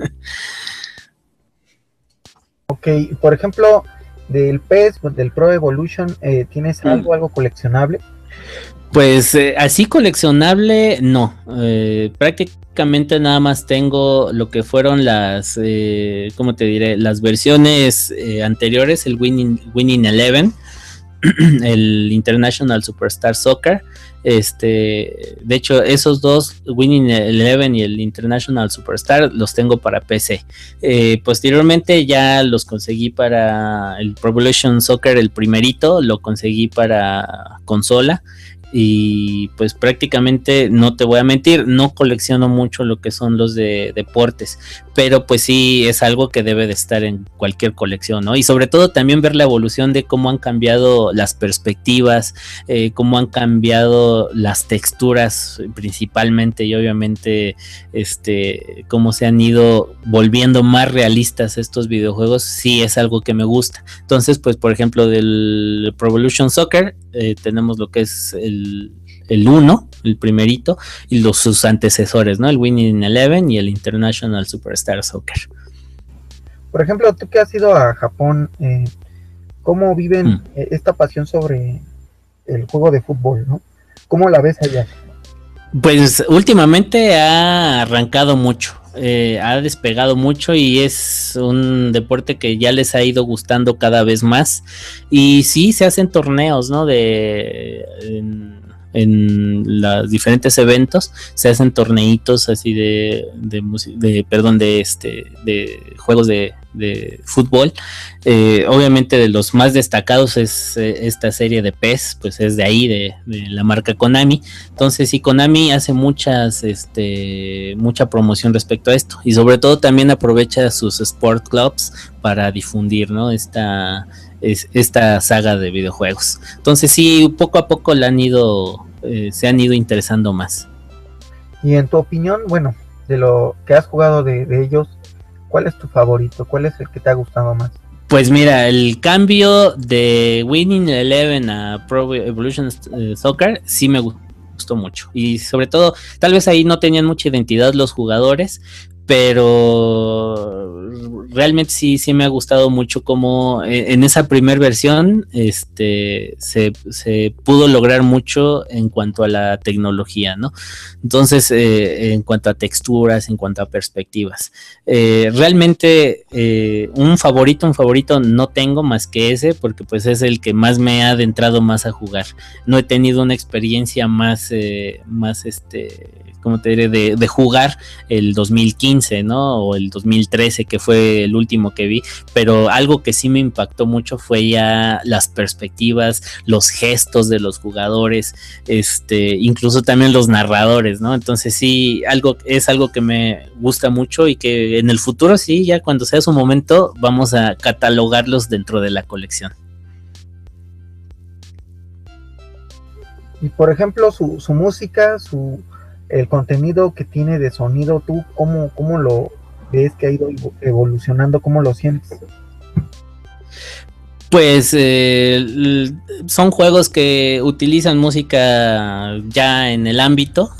Ok, por ejemplo, del PES, del Pro Evolution, ¿tienes algo coleccionable? Pues así coleccionable, no. Prácticamente nada más tengo lo que fueron las, ¿cómo te diré? Las versiones anteriores, el Winning Eleven, el International Superstar Soccer. De hecho, esos dos, Winning Eleven y el International Superstar, los tengo para PC. Posteriormente ya los conseguí para el Pro Evolution Soccer, el primerito, lo conseguí para consola. Y pues prácticamente, no te voy a mentir, no colecciono mucho lo que son los de deportes, pero pues sí es algo que debe de estar en cualquier colección, ¿no? Y sobre todo también ver la evolución de cómo han cambiado las perspectivas, cómo han cambiado las texturas principalmente, y obviamente cómo se han ido volviendo más realistas estos videojuegos, sí es algo que me gusta. Entonces, pues por ejemplo del Pro Evolution Soccer, tenemos lo que es el 1, el primerito, y sus antecesores, ¿no? El Winning Eleven y el International Superstar Soccer. Por ejemplo, tú que has ido a Japón, ¿cómo viven esta pasión sobre el juego de fútbol, ¿no? ¿Cómo la ves allá? Pues últimamente ha arrancado mucho. Ha despegado mucho y es un deporte que ya les ha ido gustando cada vez más, y sí se hacen torneos, ¿no? En los diferentes eventos se hacen torneitos así de juegos de fútbol. Obviamente de los más destacados es esta serie de PES, pues es de ahí, de la marca Konami. Entonces sí, Konami hace mucha promoción respecto a esto, y sobre todo también aprovecha sus sport clubs para difundir, ¿no? esta saga de videojuegos. Entonces sí, poco a poco se han ido interesando más. Y en tu opinión, bueno, de lo que has jugado de ellos, ¿cuál es tu favorito? ¿Cuál es el que te ha gustado más? Pues mira, el cambio de Winning Eleven a Pro Evolution Soccer sí me gustó mucho, y sobre todo, tal vez ahí no tenían mucha identidad los jugadores, pero realmente sí me ha gustado mucho cómo en esa primera versión se pudo lograr mucho en cuanto a la tecnología, ¿no? Entonces, en cuanto a texturas, en cuanto a perspectivas, realmente un favorito no tengo más que ese, porque pues es el que más me ha adentrado más a jugar. No he tenido una experiencia más ¿cómo te diré? De jugar el 2015, ¿no? O el 2013, que fue el último que vi, pero algo que sí me impactó mucho fue ya las perspectivas, los gestos de los jugadores, incluso también los narradores, ¿no? Entonces sí, es algo que me gusta mucho, y que en el futuro sí, ya cuando sea su momento, vamos a catalogarlos dentro de la colección. Y por ejemplo, su música, el contenido que tiene de sonido, ¿tú cómo lo ves que ha ido evolucionando? ¿Cómo lo sientes? Pues son juegos que utilizan música ya en el ámbito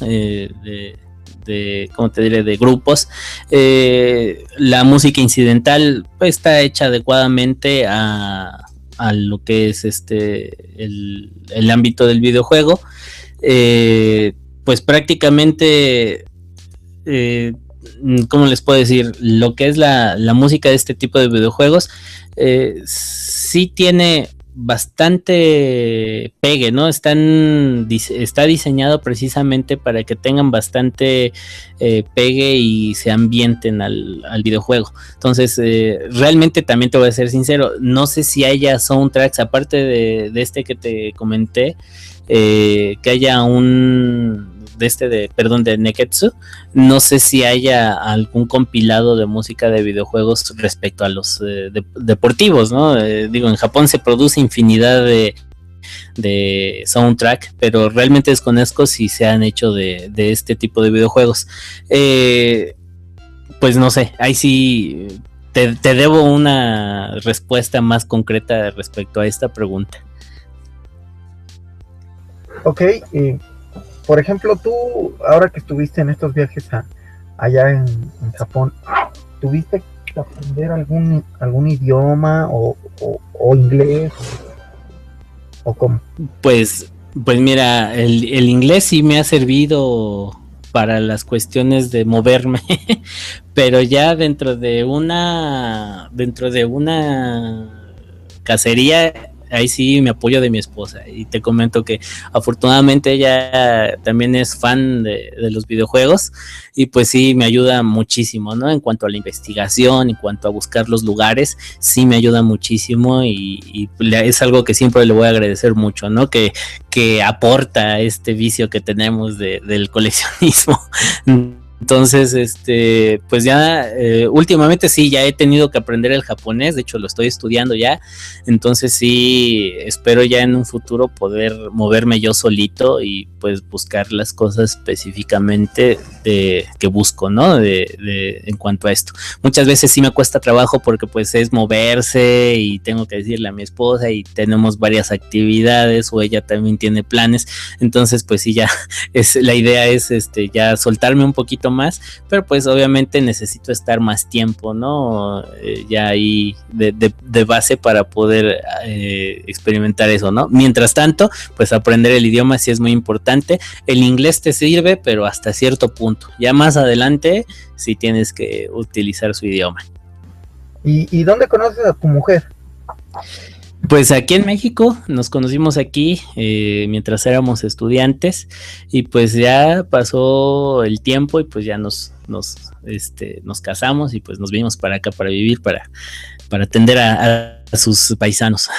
¿cómo te diré? De grupos. La música incidental pues, está hecha adecuadamente a lo que es el ámbito del videojuego. Pues prácticamente, ¿cómo les puedo decir? Lo que es la música de este tipo de videojuegos, sí tiene bastante pegue, ¿no? Está diseñado precisamente para que tengan bastante pegue y se ambienten al videojuego. Entonces, realmente también te voy a ser sincero, no sé si haya soundtracks, aparte de este que te comenté, que haya de Neketsu, no sé si haya algún compilado de música de videojuegos respecto a los deportivos, ¿no? Digo, en Japón se produce infinidad de soundtrack, pero realmente desconozco si se han hecho de este tipo de videojuegos. Pues no sé, ahí sí te debo una respuesta más concreta respecto a esta pregunta. Ok, por ejemplo, tú, ahora que estuviste en estos viajes allá en Japón, ¿tuviste que aprender algún idioma o inglés o cómo? Pues mira, el inglés sí me ha servido para las cuestiones de moverme, pero ya dentro de una cacería, ahí sí me apoyo de mi esposa, y te comento que afortunadamente ella también es fan de los videojuegos, y pues sí me ayuda muchísimo, ¿no? En cuanto a la investigación, en cuanto a buscar los lugares, sí me ayuda muchísimo, y es algo que siempre le voy a agradecer mucho, ¿no? Que aporta este vicio que tenemos del coleccionismo. Entonces, pues ya últimamente sí, ya he tenido que aprender el japonés, de hecho lo estoy estudiando ya, entonces sí, espero ya en un futuro poder moverme yo solito y pues buscar las cosas específicamente que busco, ¿no? En cuanto a esto. Muchas veces sí me cuesta trabajo porque pues es moverse y tengo que decirle a mi esposa y tenemos varias actividades o ella también tiene planes, entonces pues sí, ya la idea es ya soltarme un poquito más, pero pues obviamente necesito estar más tiempo, ¿no? Ya ahí de base para poder experimentar eso, ¿no? Mientras tanto, pues aprender el idioma sí es muy importante. El inglés te sirve, pero hasta cierto punto. Ya más adelante sí tienes que utilizar su idioma. ¿Y dónde conoces a tu mujer? Pues aquí en México, nos conocimos aquí mientras éramos estudiantes, y pues ya pasó el tiempo y pues ya nos casamos y pues nos vinimos para acá para vivir, para atender a sus paisanos.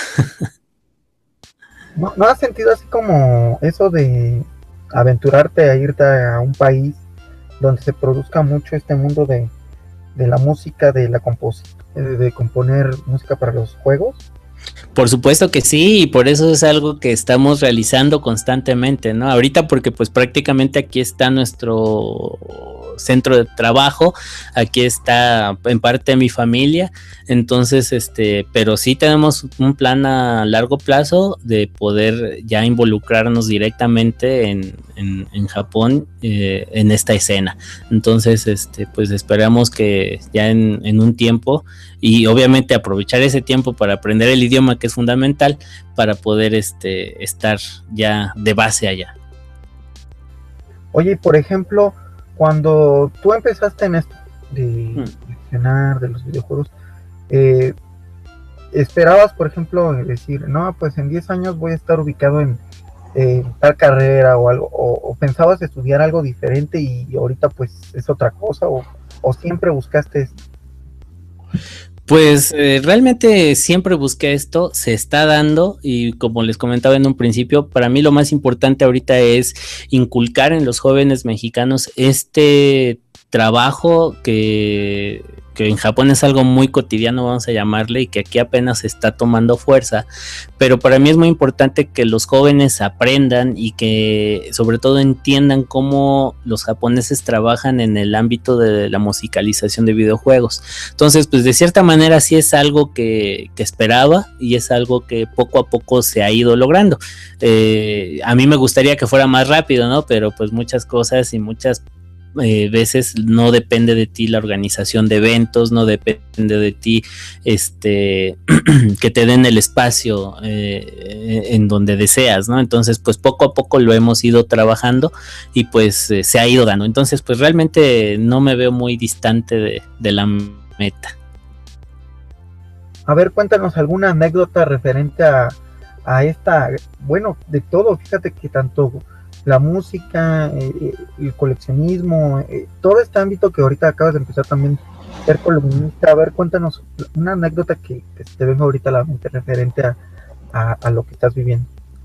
¿No has sentido así como eso de aventurarte a irte a un país donde se produzca mucho este mundo de la música, de componer música para los juegos? Por supuesto que sí, y por eso es algo que estamos realizando constantemente, ¿no? Ahorita porque pues prácticamente aquí está nuestro centro de trabajo, aquí está en parte mi familia, entonces pero sí tenemos un plan a largo plazo de poder ya involucrarnos directamente en Japón, en esta escena. Entonces pues esperamos que ya en un tiempo, y obviamente aprovechar ese tiempo para aprender el idioma, que es fundamental para poder estar ya de base allá. Oye, por ejemplo, cuando tú empezaste en esto de gestionar de los videojuegos, ¿esperabas, por ejemplo, decir, no, pues en 10 años voy a estar ubicado en tal carrera o algo, o pensabas estudiar algo diferente y ahorita pues es otra cosa, o siempre buscaste esto? Pues realmente siempre busqué esto, se está dando, y como les comentaba en un principio, para mí lo más importante ahorita es inculcar en los jóvenes mexicanos este trabajo que en Japón es algo muy cotidiano, vamos a llamarle, y que aquí apenas está tomando fuerza, pero para mí es muy importante que los jóvenes aprendan y que sobre todo entiendan cómo los japoneses trabajan en el ámbito de la musicalización de videojuegos. Entonces, pues de cierta manera sí es algo que esperaba, y es algo que poco a poco se ha ido logrando. A mí me gustaría que fuera más rápido, ¿no? Pero pues muchas cosas y muchas veces no depende de ti la organización de eventos, no depende de ti que te den el espacio en donde deseas, ¿no? Entonces pues poco a poco lo hemos ido trabajando y pues se ha ido dando. Entonces pues realmente no me veo muy distante de la meta. A ver, cuéntanos alguna anécdota referente a a esta, bueno, de todo, fíjate que tanto la música, el coleccionismo, todo este ámbito que ahorita acabas de empezar también ser columnista. A ver, cuéntanos una anécdota que te venga ahorita a la mente referente a lo que estás viviendo.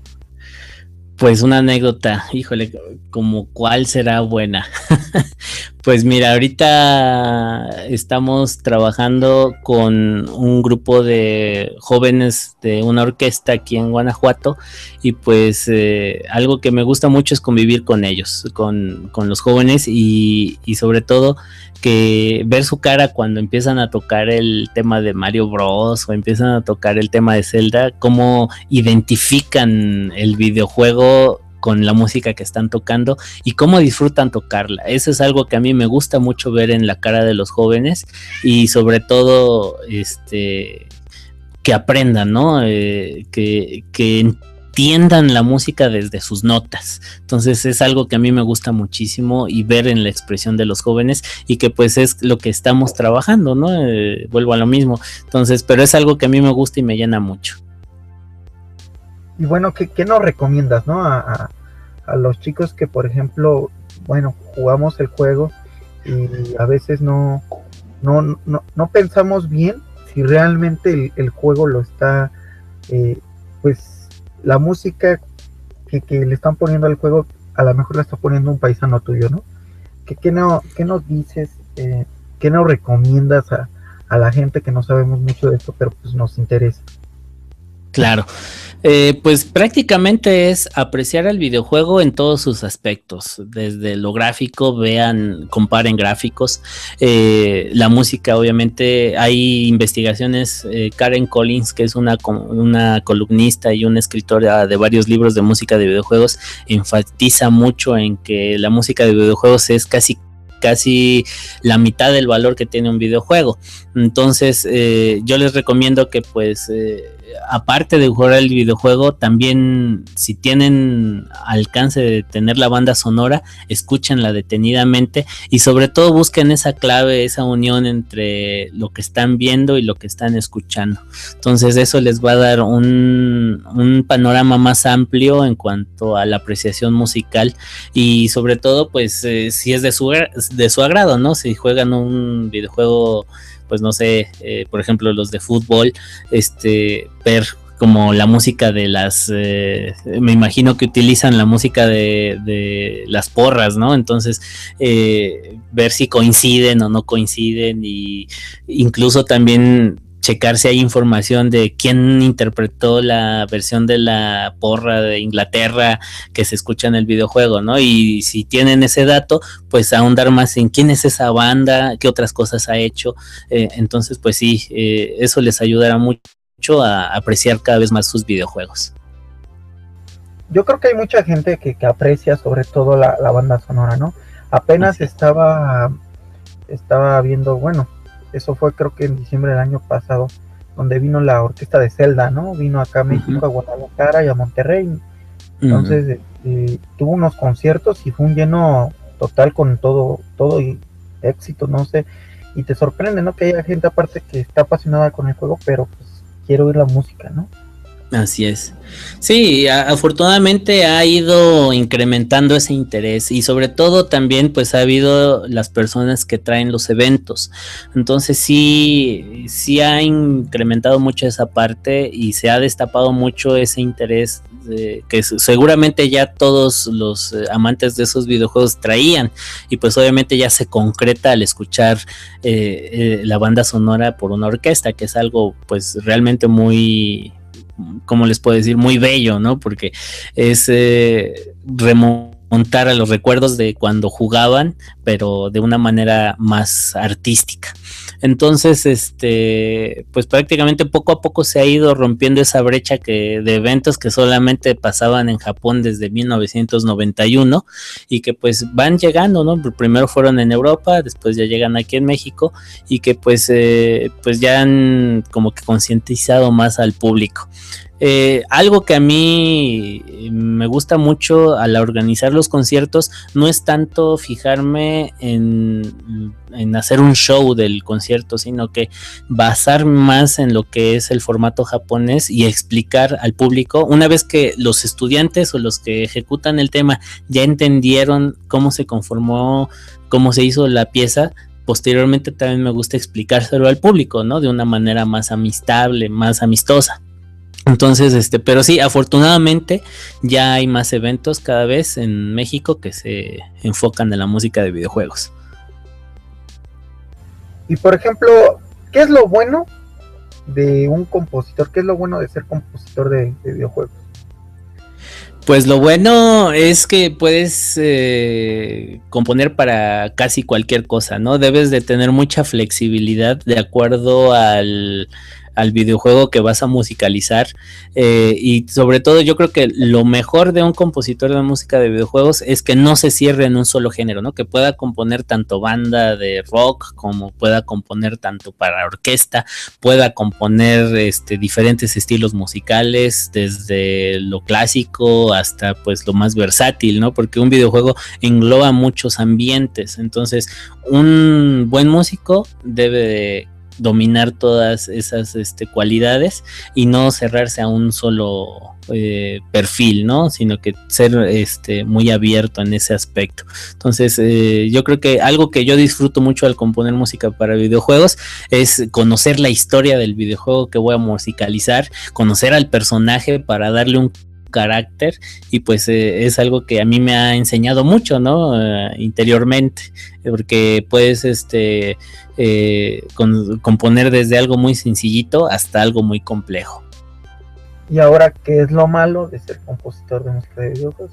Pues una anécdota, híjole, como cuál será buena. Pues mira, ahorita estamos trabajando con un grupo de jóvenes de una orquesta aquí en Guanajuato y pues algo que me gusta mucho es convivir con ellos, con los jóvenes y sobre todo que ver su cara cuando empiezan a tocar el tema de Mario Bros o empiezan a tocar el tema de Zelda, cómo identifican el videojuego con la música que están tocando y cómo disfrutan tocarla. Eso es algo que a mí me gusta mucho ver en la cara de los jóvenes y sobre todo que aprendan, ¿no? Que entiendan la música desde sus notas. Entonces es algo que a mí me gusta muchísimo y ver en la expresión de los jóvenes y que pues es lo que estamos trabajando, ¿no? Vuelvo a lo mismo. Entonces, pero es algo que a mí me gusta y me llena mucho. Y bueno, ¿qué nos recomiendas, no? A los chicos que, por ejemplo, bueno, jugamos el juego y a veces no pensamos bien si realmente el juego lo está, pues la música que le están poniendo al juego, a lo mejor la está poniendo un paisano tuyo, ¿no? ¿Qué nos dices, qué nos recomiendas a la gente que no sabemos mucho de esto, pero pues nos interesa? Claro. Pues prácticamente es apreciar el videojuego en todos sus aspectos, desde lo gráfico, comparen gráficos, la música, obviamente hay investigaciones, Karen Collins, que es una columnista y una escritora de varios libros de música de videojuegos, enfatiza mucho en que la música de videojuegos es casi la mitad del valor que tiene un videojuego. Entonces yo les recomiendo que pues aparte de jugar el videojuego, también si tienen alcance de tener la banda sonora, escúchenla detenidamente y sobre todo busquen esa clave, esa unión entre lo que están viendo y lo que están escuchando. Entonces eso les va a dar un panorama más amplio en cuanto a la apreciación musical y sobre todo pues si es de su agrado, ¿no? Si juegan un videojuego, pues no sé, por ejemplo los de fútbol, ver como la música de me imagino que utilizan la música de las porras, ¿no? Entonces ver si coinciden o no coinciden y incluso también checar si hay información de quién interpretó la versión de la porra de Inglaterra que se escucha en el videojuego, ¿no? Y si tienen ese dato, pues ahondar más en quién es esa banda, qué otras cosas ha hecho. Entonces, pues sí, eso les ayudará mucho a apreciar cada vez más sus videojuegos. Yo creo que hay mucha gente que aprecia sobre todo la banda sonora, ¿no? Apenas estaba viendo, bueno, eso fue creo que en diciembre del año pasado, donde vino la orquesta de Zelda, ¿no? Vino acá a México, a Guadalajara y a Monterrey. Entonces tuvo unos conciertos y fue un lleno total con todo y éxito, no sé. Y te sorprende, ¿no? Que haya gente aparte que está apasionada con el juego, pero pues quiere oír la música, ¿no? Así es. Sí, afortunadamente ha ido incrementando ese interés y sobre todo también pues ha habido las personas que traen los eventos. Entonces sí ha incrementado mucho esa parte y se ha destapado mucho ese interés que seguramente ya todos los amantes de esos videojuegos traían y pues obviamente ya se concreta al escuchar la banda sonora por una orquesta, que es algo pues realmente muy, ¿cómo les puedo decir? Muy bello, ¿no? Porque es remontar a los recuerdos de cuando jugaban, pero de una manera más artística. Entonces, pues prácticamente poco a poco se ha ido rompiendo esa brecha de eventos que solamente pasaban en Japón desde 1991 y que pues van llegando, ¿no? Primero fueron en Europa, después ya llegan aquí en México y que pues ya han como que concientizado más al público. Algo que a mí me gusta mucho al organizar los conciertos no es tanto fijarme en hacer un show del concierto, sino que basar más en lo que es el formato japonés y explicar al público, una vez que los estudiantes o los que ejecutan el tema ya entendieron cómo se conformó, cómo se hizo la pieza. Posteriormente también me gusta explicárselo al público, ¿no? De una manera más amistable, más amistosa. Entonces, pero sí, afortunadamente ya hay más eventos cada vez en México que se enfocan en la música de videojuegos. Y por ejemplo, ¿qué es lo bueno de un compositor? ¿Qué es lo bueno de ser compositor de videojuegos? Pues lo bueno es que puedes componer para casi cualquier cosa, ¿no? Debes de tener mucha flexibilidad de acuerdo al videojuego que vas a musicalizar, y sobre todo yo creo que lo mejor de un compositor de música de videojuegos es que no se cierre en un solo género, ¿no? Que pueda componer tanto banda de rock como pueda componer tanto para orquesta, pueda componer diferentes estilos musicales, desde lo clásico hasta pues lo más versátil, ¿no? Porque un videojuego engloba muchos ambientes, entonces un buen músico debe de dominar todas esas cualidades y no cerrarse a un solo perfil, ¿no? Sino que ser muy abierto en ese aspecto. Entonces, yo creo que algo que yo disfruto mucho al componer música para videojuegos es conocer la historia del videojuego que voy a musicalizar, conocer al personaje para darle un carácter, y pues es algo que a mí me ha enseñado mucho, ¿no? Interiormente, porque puedes componer desde algo muy sencillito hasta algo muy complejo. ¿Y ahora qué es lo malo de ser compositor de música de videojuegos?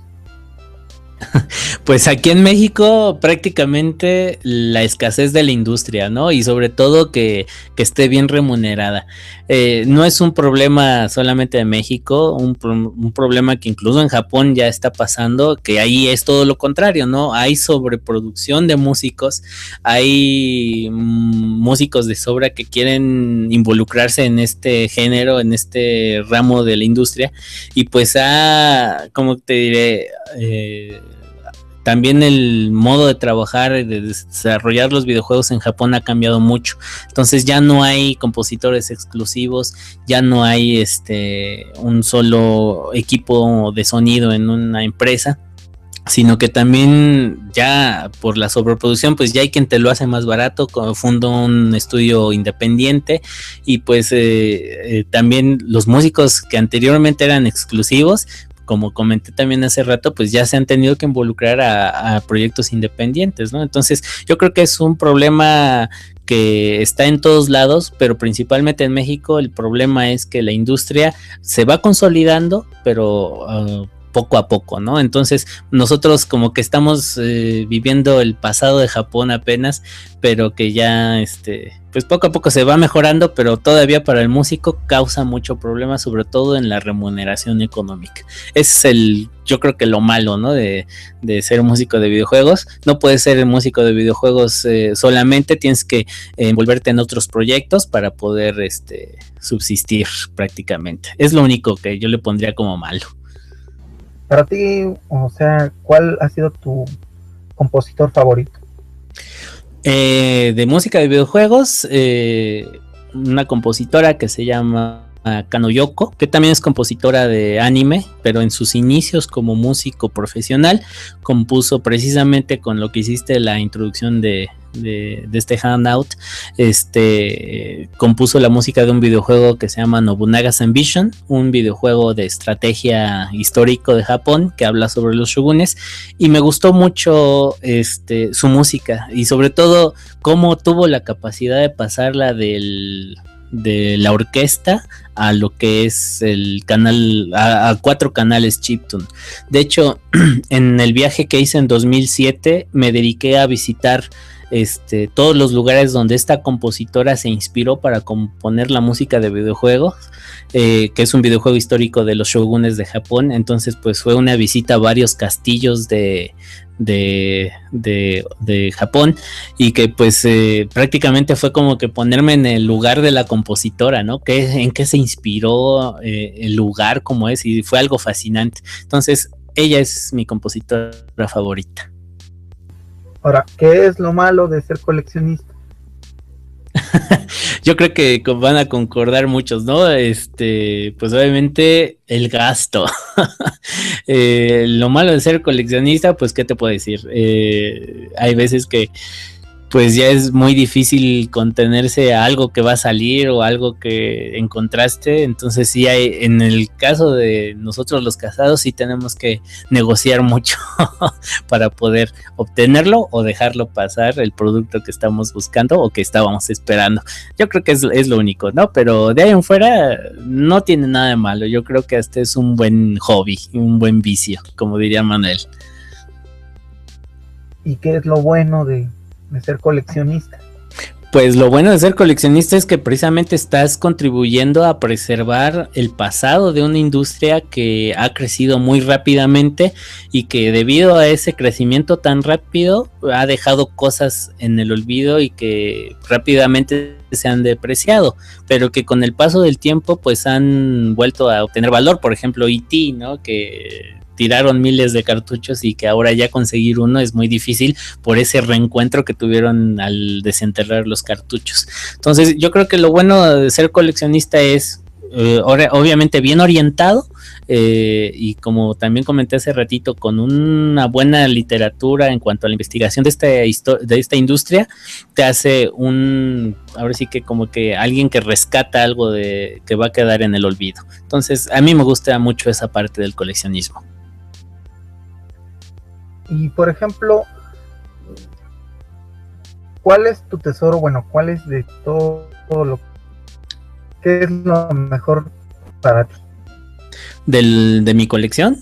Pues aquí en México prácticamente la escasez de la industria, ¿no? Y sobre todo que esté bien remunerada. No es un problema solamente de México, un problema que incluso en Japón ya está pasando, que ahí es todo lo contrario, ¿no? Hay sobreproducción de músicos, hay músicos de sobra que quieren involucrarse en este género, en este ramo de la industria, y pues como te diré, también el modo de trabajar, de desarrollar los videojuegos en Japón ha cambiado mucho. Entonces ya no hay compositores exclusivos, ya no hay un solo equipo de sonido en una empresa, sino que también ya por la sobreproducción pues ya hay quien te lo hace más barato, funda un estudio independiente, y pues también los músicos que anteriormente eran exclusivos, como comenté también hace rato, pues ya se han tenido que involucrar a proyectos independientes, ¿no? Entonces yo creo que es un problema que está en todos lados, pero principalmente en México el problema es que la industria se va consolidando, pero poco a poco, ¿no? Entonces nosotros como que estamos viviendo el pasado de Japón apenas, pero que ya pues poco a poco se va mejorando, pero todavía para el músico causa mucho problema, sobre todo en la remuneración económica. Ese es yo creo que lo malo, ¿no? De ser músico de videojuegos. No puedes ser músico de videojuegos solamente, tienes que envolverte en otros proyectos para poder subsistir prácticamente. Es lo único que yo le pondría como malo. Para ti, o sea, ¿cuál ha sido tu compositor favorito? De música de videojuegos, una compositora que se llama Kano Yoko, que también es compositora de anime, pero en sus inicios como músico profesional compuso precisamente con lo que hiciste la introducción de este Hangout, compuso la música de un videojuego que se llama Nobunaga's Ambition, un videojuego de estrategia histórico de Japón que habla sobre los shogunes, y me gustó mucho su música, y sobre todo cómo tuvo la capacidad de pasarla de la orquesta a lo que es el canal, a 4 canales chiptune. De hecho, en el viaje que hice en 2007 me dediqué a visitar todos los lugares donde esta compositora se inspiró para componer la música de videojuegos, que es un videojuego histórico de los shogunes de Japón. Entonces pues fue una visita a varios castillos de Japón, y que pues prácticamente fue como que ponerme en el lugar de la compositora, ¿no? En qué se inspiró el lugar como es, y fue algo fascinante. Entonces ella es mi compositora favorita. Ahora, ¿qué es lo malo de ser coleccionista? Yo creo que van a concordar muchos, ¿no? Pues obviamente el gasto. Lo malo de ser coleccionista, pues, ¿qué te puedo decir? Hay veces que pues ya es muy difícil contenerse a algo que va a salir o algo que encontraste. Entonces sí hay, en el caso de nosotros los casados, sí tenemos que negociar mucho para poder obtenerlo o dejarlo pasar, el producto que estamos buscando o que estábamos esperando. Yo creo que es lo único, ¿no? Pero de ahí en fuera no tiene nada de malo. Yo creo que este es un buen hobby, un buen vicio, como diría Manuel. ¿Y qué es lo bueno de ser coleccionista? Pues lo bueno de ser coleccionista es que precisamente estás contribuyendo a preservar el pasado de una industria que ha crecido muy rápidamente y que debido a ese crecimiento tan rápido ha dejado cosas en el olvido y que rápidamente se han depreciado, pero que con el paso del tiempo pues han vuelto a obtener valor. Por ejemplo, E.T., ¿no? Que tiraron miles de cartuchos y que ahora ya conseguir uno es muy difícil por ese reencuentro que tuvieron al desenterrar los cartuchos. Entonces yo creo que lo bueno de ser coleccionista es obviamente bien orientado, y como también comenté hace ratito, con una buena literatura en cuanto a la investigación de esta industria, te hace ahora sí que como que alguien que rescata algo que va a quedar en el olvido. Entonces a mí me gusta mucho esa parte del coleccionismo. Y por ejemplo, ¿cuál es tu tesoro? Bueno, ¿cuál es de todo lo que es lo mejor para ti? ¿De mi colección?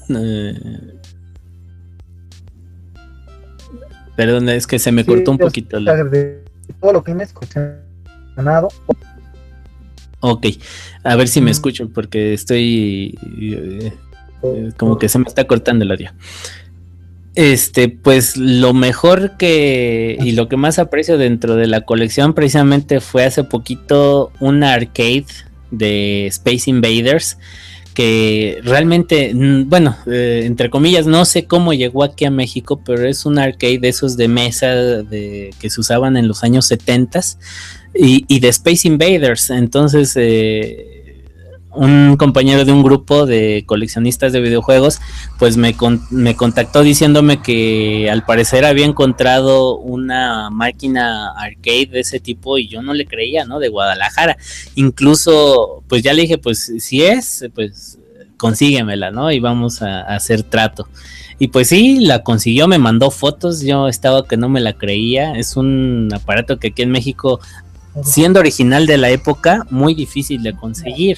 Perdón, es que se me cortó un poquito. De todo lo que me has coleccionado. Ok, a ver si me escucho, porque estoy como que se me está cortando el audio. Pues lo mejor y lo que más aprecio dentro de la colección precisamente fue hace poquito una arcade de Space Invaders, que realmente, bueno, entre comillas, no sé cómo llegó aquí a México, pero es un arcade de esos de mesa que se usaban en los años 70s y de Space Invaders. Entonces un compañero de un grupo de coleccionistas de videojuegos pues me contactó diciéndome que al parecer había encontrado una máquina arcade de ese tipo, y yo no le creía, ¿no? De Guadalajara. Incluso pues ya le dije, pues si es, pues consíguemela, ¿no? Y vamos a hacer trato. Y pues sí, la consiguió, me mandó fotos, yo estaba que no me la creía. Es un aparato que aquí en México, siendo original de la época, muy difícil de conseguir.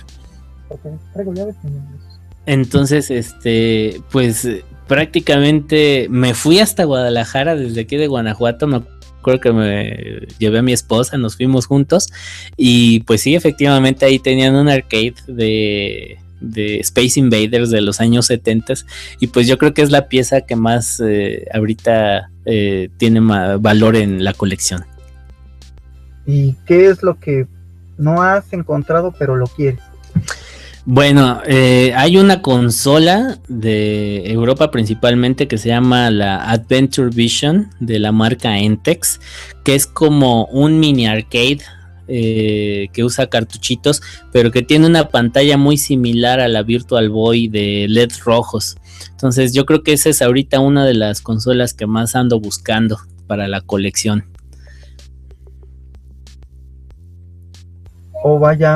Entonces, pues prácticamente me fui hasta Guadalajara desde aquí de Guanajuato. Me acuerdo que me llevé a mi esposa, nos fuimos juntos, y pues sí, efectivamente ahí tenían un arcade de Space Invaders de los años 70, y pues yo creo que es la pieza que más ahorita tiene más valor en la colección. ¿Y qué es lo que no has encontrado pero lo quieres? Bueno, hay una consola de Europa principalmente que se llama la Adventure Vision de la marca Entex, que es como un mini arcade que usa cartuchitos, pero que tiene una pantalla muy similar a la Virtual Boy de LED rojos. Entonces yo creo que esa es ahorita una de las consolas que más ando buscando para la colección. Oh vaya.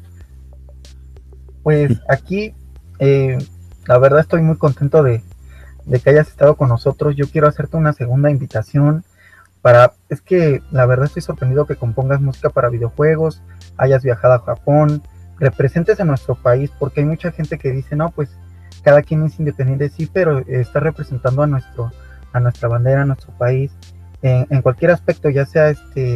Pues aquí, la verdad estoy muy contento de que hayas estado con nosotros. Yo quiero hacerte una segunda invitación es que la verdad estoy sorprendido que compongas música para videojuegos, hayas viajado a Japón, representes a nuestro país, porque hay mucha gente que dice, no, pues cada quien es independiente, sí, pero está representando a nuestra bandera, a nuestro país, en cualquier aspecto, ya sea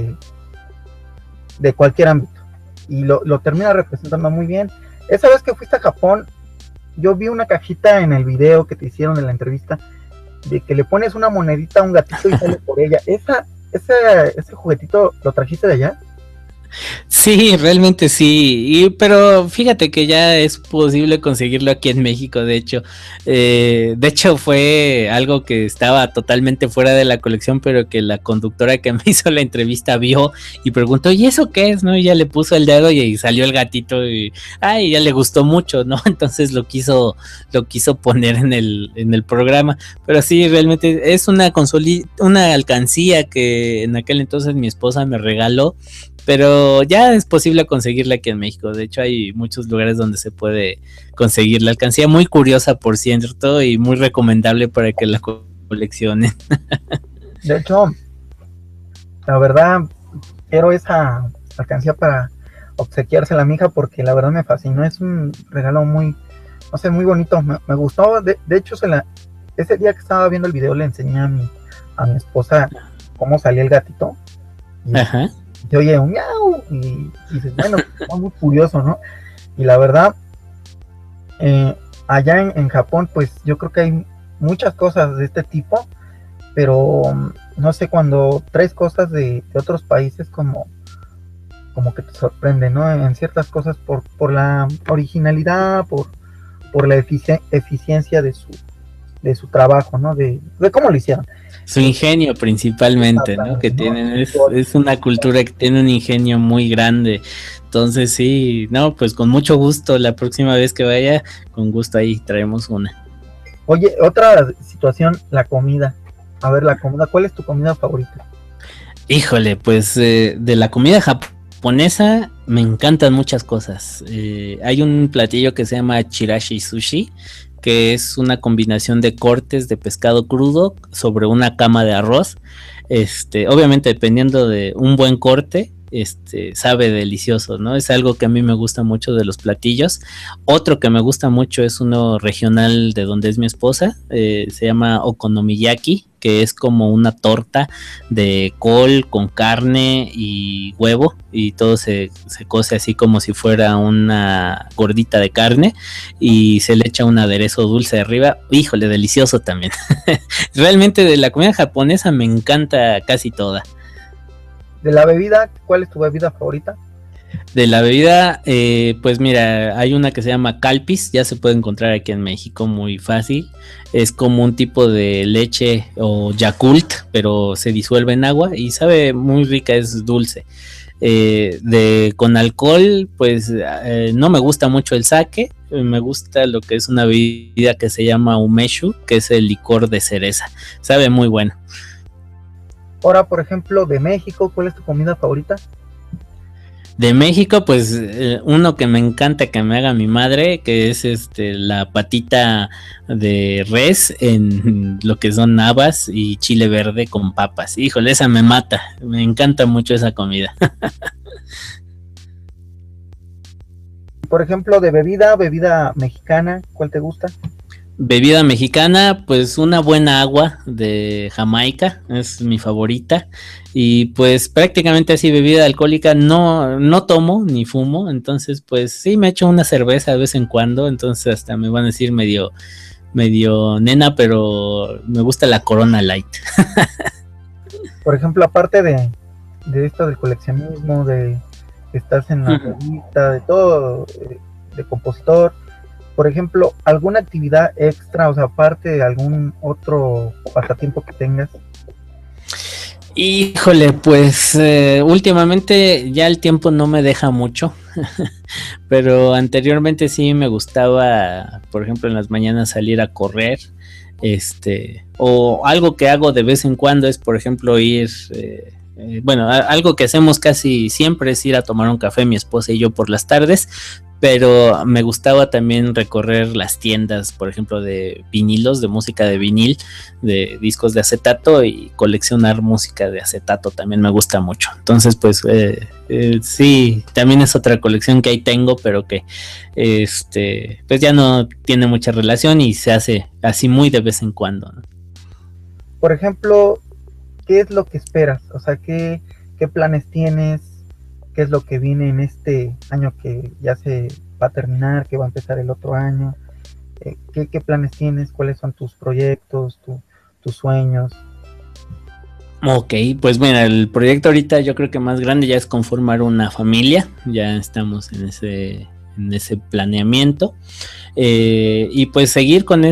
de cualquier ámbito. Y lo termina representando muy bien. Esa vez que fuiste a Japón, yo vi una cajita en el video que te hicieron en la entrevista, de que le pones una monedita a un gatito y sale por ella. Ese juguetito lo trajiste de allá. Sí, realmente sí, pero fíjate que ya es posible conseguirlo aquí en México, de hecho fue algo que estaba totalmente fuera de la colección, pero que la conductora que me hizo la entrevista vio y preguntó, ¿y eso qué es? ¿No? Y ya le puso el dedo y salió el gatito y ya le gustó mucho, ¿no? Entonces lo quiso poner en el programa, pero sí, realmente es una alcancía que en aquel entonces mi esposa me regaló. Pero ya es posible conseguirla aquí en México. De hecho, hay muchos lugares donde se puede conseguir la alcancía. Muy curiosa, por cierto, y muy recomendable para que la coleccionen. De hecho, la verdad, quiero esa alcancía para obsequiársela a mi hija porque la verdad me fascinó. Es un regalo muy, no sé, muy bonito. Me gustó. De hecho, ese día que estaba viendo el video le enseñé a mi esposa cómo salía el gatito. Y Ajá. te oye un miau y dices, bueno, es muy curioso, ¿no? Y la verdad, allá en Japón, pues yo creo que hay muchas cosas de este tipo, pero no sé, cuando traes cosas de otros países como que te sorprende, ¿no? En ciertas cosas por la originalidad, por la eficiencia de su trabajo, ¿no? De cómo lo hicieron. Su ingenio principalmente, ¿no? Que tienen, es una cultura que tiene un ingenio muy grande. Entonces sí, no, pues con mucho gusto, la próxima vez que vaya, con gusto ahí traemos una. Oye, otra situación, la comida. A ver, la comida, ¿cuál es tu comida favorita? Híjole, pues de la comida japonesa me encantan muchas cosas. Hay un platillo que se llama chirashi sushi, que es una combinación de cortes de pescado crudo sobre una cama de arroz. Obviamente dependiendo de un buen corte, sabe delicioso, ¿no? Es algo que a mí me gusta mucho de los platillos. Otro que me gusta mucho es uno regional de donde es mi esposa, se llama okonomiyaki, que es como una torta de col con carne y huevo, y todo se cose así como si fuera una gordita de carne, y se le echa un aderezo dulce arriba. Híjole, delicioso también. Realmente de la comida japonesa me encanta casi toda. De la bebida, ¿cuál es tu bebida favorita? De la bebida, pues mira, hay una que se llama Calpis, ya se puede encontrar aquí en México muy fácil. Es como un tipo de leche o Yakult, pero se disuelve en agua y sabe muy rica, es dulce. Con alcohol, pues no me gusta mucho el sake, me gusta lo que es una bebida que se llama umeshu, que es el licor de cereza, sabe muy bueno. Ahora, por ejemplo, de México, ¿cuál es tu comida favorita? De México, pues uno que me encanta que me haga mi madre, que es la patita de res en lo que son habas y chile verde con papas. Híjole, esa me mata, me encanta mucho esa comida. Por ejemplo, de bebida mexicana, ¿cuál te gusta? Bebida mexicana, pues una buena agua de Jamaica, es mi favorita. Y pues prácticamente así bebida alcohólica no tomo ni fumo, entonces pues sí me echo una cerveza de vez en cuando, entonces hasta me van a decir medio nena, pero me gusta la Corona Light. Por ejemplo, aparte de esto del coleccionismo, de que estás en la revista, de todo, de compositor, por ejemplo, ¿alguna actividad extra, o sea, aparte de algún otro pasatiempo que tengas? Híjole, pues últimamente ya el tiempo no me deja mucho, pero anteriormente sí me gustaba, por ejemplo, en las mañanas salir a correr, o algo que hago de vez en cuando es, por ejemplo, ir, bueno, algo que hacemos casi siempre es ir a tomar un café mi esposa y yo por las tardes, pero me gustaba también recorrer las tiendas, por ejemplo, de vinilos, de música de vinil, de discos de acetato, y coleccionar música de acetato también me gusta mucho. Entonces, pues sí, también es otra colección que ahí tengo, pero que pues ya no tiene mucha relación y se hace así muy de vez en cuando, ¿no? Por ejemplo, ¿qué es lo que esperas? O sea, ¿qué planes tienes? ¿Qué es lo que viene en este año que ya se va a terminar, que va a empezar el otro año? ¿Qué planes tienes? ¿Cuáles son tus proyectos, tus sueños? Ok, pues mira, el proyecto ahorita yo creo que más grande ya es conformar una familia, ya estamos en ese planeamiento, y pues seguir con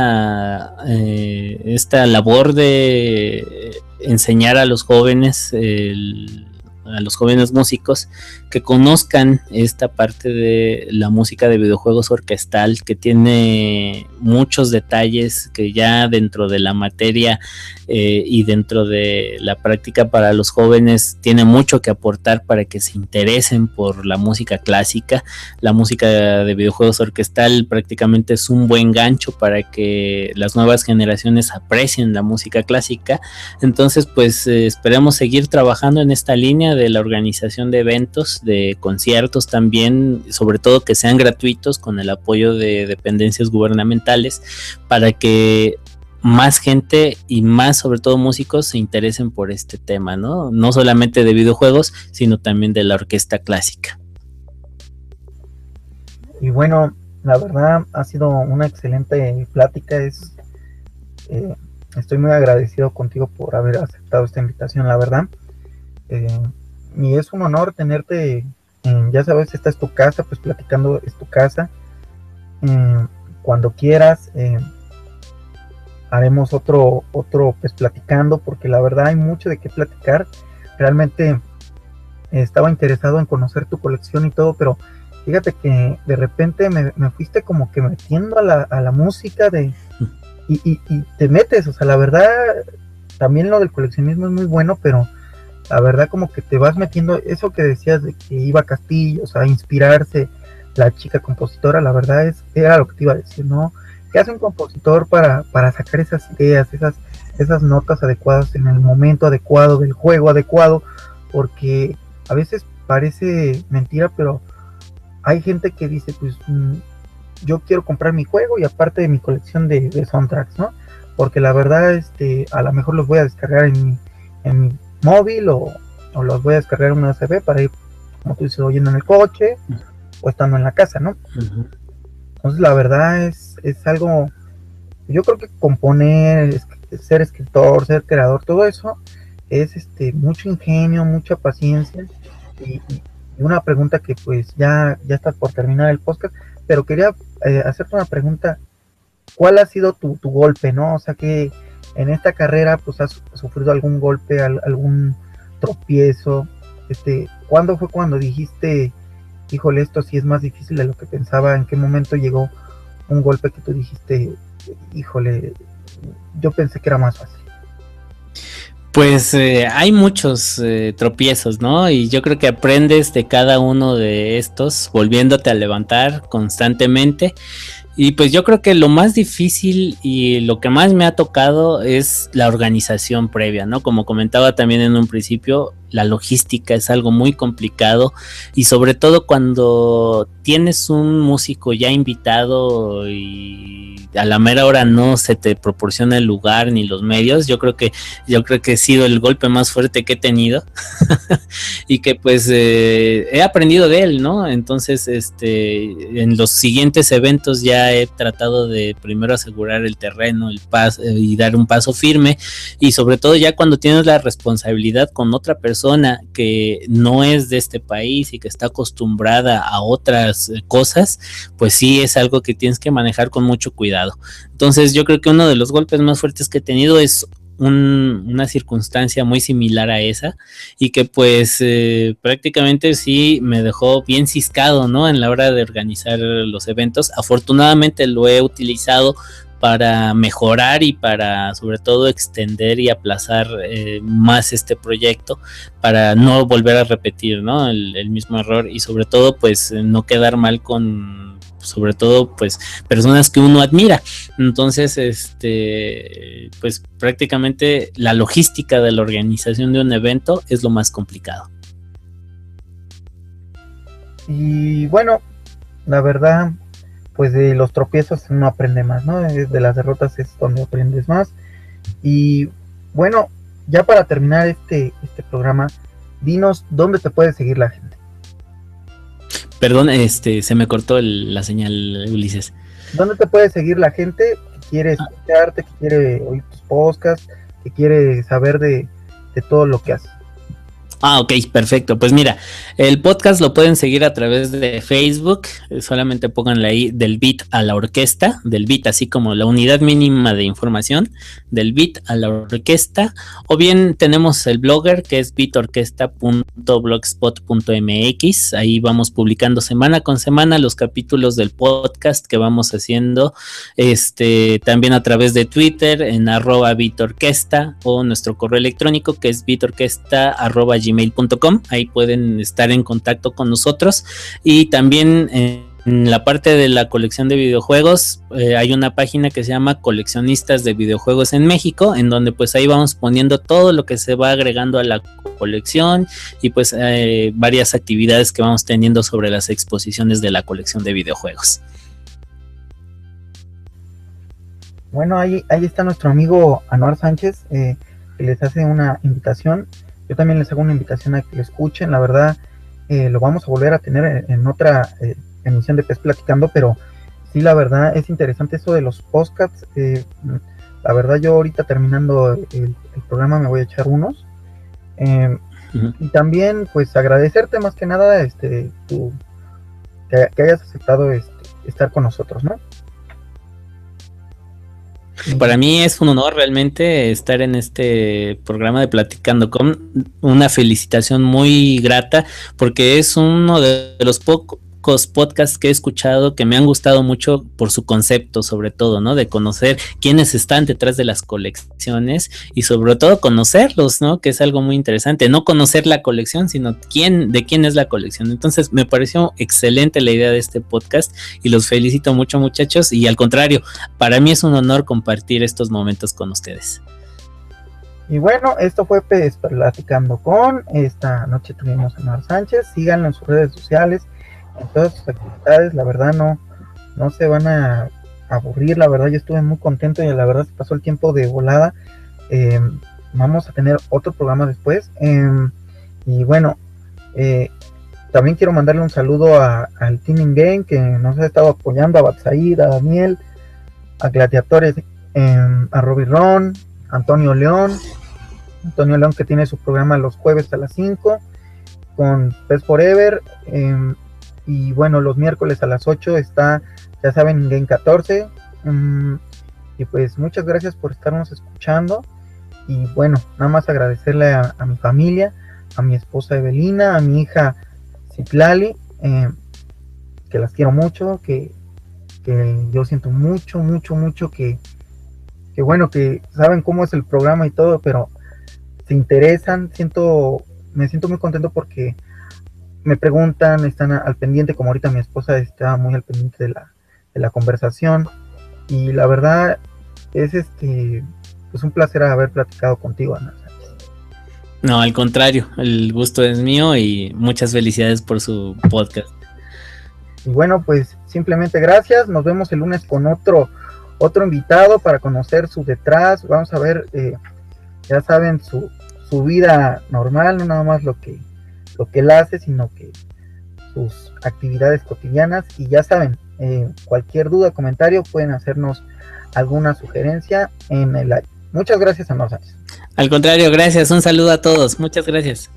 esta labor de enseñar a los jóvenes, a los jóvenes músicos, que conozcan esta parte de la música de videojuegos orquestal, que tiene muchos detalles que ya dentro de la materia y dentro de la práctica para los jóvenes tiene mucho que aportar para que se interesen por la música clásica. La música de videojuegos orquestal prácticamente es un buen gancho para que las nuevas generaciones aprecien la música clásica. Entonces pues esperemos seguir trabajando en esta línea de la organización de eventos, de conciertos también, sobre todo que sean gratuitos con el apoyo de dependencias gubernamentales, para que más gente y más sobre todo músicos se interesen por este tema, ¿no? No solamente de videojuegos, sino también de la orquesta clásica. Y bueno, la verdad ha sido una excelente plática. Estoy muy agradecido contigo por haber aceptado esta invitación, la verdad. Y es un honor tenerte, ya sabes, esta es tu casa, pues platicando es tu casa. Cuando quieras, haremos otro pues platicando, porque la verdad hay mucho de qué platicar. Realmente estaba interesado en conocer tu colección y todo, pero fíjate que de repente me fuiste como que metiendo a la música y te metes, o sea, la verdad, también lo del coleccionismo es muy bueno, pero la verdad como que te vas metiendo, eso que decías de que iba a Castillos a inspirarse la chica compositora, la verdad era lo que te iba a decir, ¿no? ¿Qué hace un compositor para sacar esas ideas, esas notas adecuadas en el momento adecuado, del juego adecuado? Porque a veces parece mentira, pero hay gente que dice, pues yo quiero comprar mi juego y aparte de mi colección de soundtracks, ¿no? Porque la verdad, a lo mejor los voy a descargar en mi móvil o los voy a descargar en una USB para ir, como tú dices, oyendo en el coche o estando en la casa, ¿no? Uh-huh. Entonces la verdad es algo, yo creo que componer, ser escritor, ser creador, todo eso es mucho ingenio, mucha paciencia y una pregunta que pues ya está por terminar el podcast, pero quería hacerte una pregunta. ¿Cuál ha sido tu golpe, no? O sea, que en esta carrera pues has sufrido algún golpe, algún tropiezo. ¿Cuándo fue cuando dijiste, híjole, esto sí es más difícil de lo que pensaba? ¿En qué momento llegó un golpe que tú dijiste, híjole, yo pensé que era más fácil? Pues hay muchos tropiezos, ¿no? Y yo creo que aprendes de cada uno de estos, volviéndote a levantar constantemente. Y pues yo creo que lo más difícil y lo que más me ha tocado es la organización previa, ¿no? Como comentaba también en un principio, la logística es algo muy complicado y sobre todo cuando tienes un músico ya invitado y a la mera hora no se te proporciona el lugar ni los medios. Yo creo que ha sido el golpe más fuerte que he tenido y que pues he aprendido de él, ¿no? Entonces en los siguientes eventos ya he tratado de primero asegurar el terreno, el paso y dar un paso firme, y sobre todo ya cuando tienes la responsabilidad con otra persona que no es de este país y que está acostumbrada a otras cosas, pues sí es algo que tienes que manejar con mucho cuidado. Entonces yo creo que uno de los golpes más fuertes que he tenido es una circunstancia muy similar a esa, y que pues prácticamente sí me dejó bien ciscado, ¿no? En la hora de organizar los eventos. Afortunadamente lo he utilizado para mejorar y para sobre todo extender y aplazar más este proyecto, para no volver a repetir, ¿no? el mismo error, y sobre todo pues no quedar mal con sobre todo pues personas que uno admira. Entonces pues prácticamente la logística de la organización de un evento es lo más complicado. Y bueno, la verdad, pues de los tropiezos uno aprende más, ¿no? De las derrotas es donde aprendes más. Y bueno, ya para terminar este programa, dinos dónde te puede seguir la gente. Perdón, se me cortó la señal, Ulises. ¿Dónde te puede seguir la gente que quiere escucharte, que quiere oír tus podcasts, que quiere saber de todo lo que haces? Ok, perfecto. Pues mira, el podcast lo pueden seguir a través de Facebook. Solamente pónganle ahí del beat a la orquesta, del beat así como la unidad mínima de información, del beat a la orquesta. O bien tenemos el blogger que es beatorquesta.blogspot.mx. Ahí vamos publicando semana con semana los capítulos del podcast que vamos haciendo. También a través de Twitter en @beatorquesta o nuestro correo electrónico que es beatorquesta@gmail.com. Ahí pueden estar en contacto con nosotros. Y también en la parte de la colección de videojuegos hay una página que se llama Coleccionistas de Videojuegos en México, en donde pues ahí vamos poniendo todo lo que se va agregando a la colección y pues varias actividades que vamos teniendo sobre las exposiciones de la colección de videojuegos. Bueno, ahí está nuestro amigo Anuar Sánchez, que les hace una invitación. Yo también les hago una invitación a que lo escuchen. La verdad, lo vamos a volver a tener en otra emisión de PES Platicando, pero sí, la verdad es interesante eso de los podcasts. La verdad, yo ahorita terminando el programa me voy a echar unos. Y también, pues, agradecerte más que nada tú, que hayas aceptado estar con nosotros, ¿no? Para mí es un honor realmente estar en este programa de Platicando con una felicitación muy grata porque es uno de los pocos podcasts que he escuchado que me han gustado mucho por su concepto, sobre todo, ¿no? De conocer quiénes están detrás de las colecciones y sobre todo conocerlos, ¿no? Que es algo muy interesante, no conocer la colección, sino de quién es la colección. Entonces me pareció excelente la idea de este podcast y los felicito mucho, muchachos, y al contrario, para mí es un honor compartir estos momentos con ustedes. Y bueno, esto fue PES Platicando con. Esta noche tuvimos a Anuar Sánchez. Síganlo en sus redes sociales, en todas sus actividades. La verdad no se van a aburrir. La verdad yo estuve muy contento y la verdad se pasó el tiempo de volada. Vamos a tener otro programa después. Y bueno, también quiero mandarle un saludo al Team In Game que nos ha estado apoyando, a Batsaid, a Daniel, a Gladiatores, a Robbie Ron, Antonio León que tiene su programa los jueves a las 5 con PES Forever. Y bueno, los miércoles a las 8 está, ya saben, Game 14. Y pues muchas gracias por estarnos escuchando. Y bueno, nada más agradecerle a mi familia, a mi esposa Evelina, a mi hija Citlali, que las quiero mucho, que yo siento mucho que bueno, que saben cómo es el programa y todo, pero se interesan. Me siento muy contento porque me preguntan, están al pendiente, como ahorita mi esposa está muy al pendiente de la conversación. Y la verdad es pues un placer haber platicado contigo, Ana. No, al contrario, el gusto es mío y muchas felicidades por su podcast. Y bueno, pues simplemente gracias. Nos vemos el lunes con otro invitado para conocer su detrás. Vamos a ver, ya saben, su vida normal, no nada más lo que él hace, sino que sus actividades cotidianas. Y ya saben, cualquier duda, comentario, pueden hacernos alguna sugerencia en el live. Muchas gracias, Anuar Sánchez. Al contrario, gracias, un saludo a todos, muchas gracias.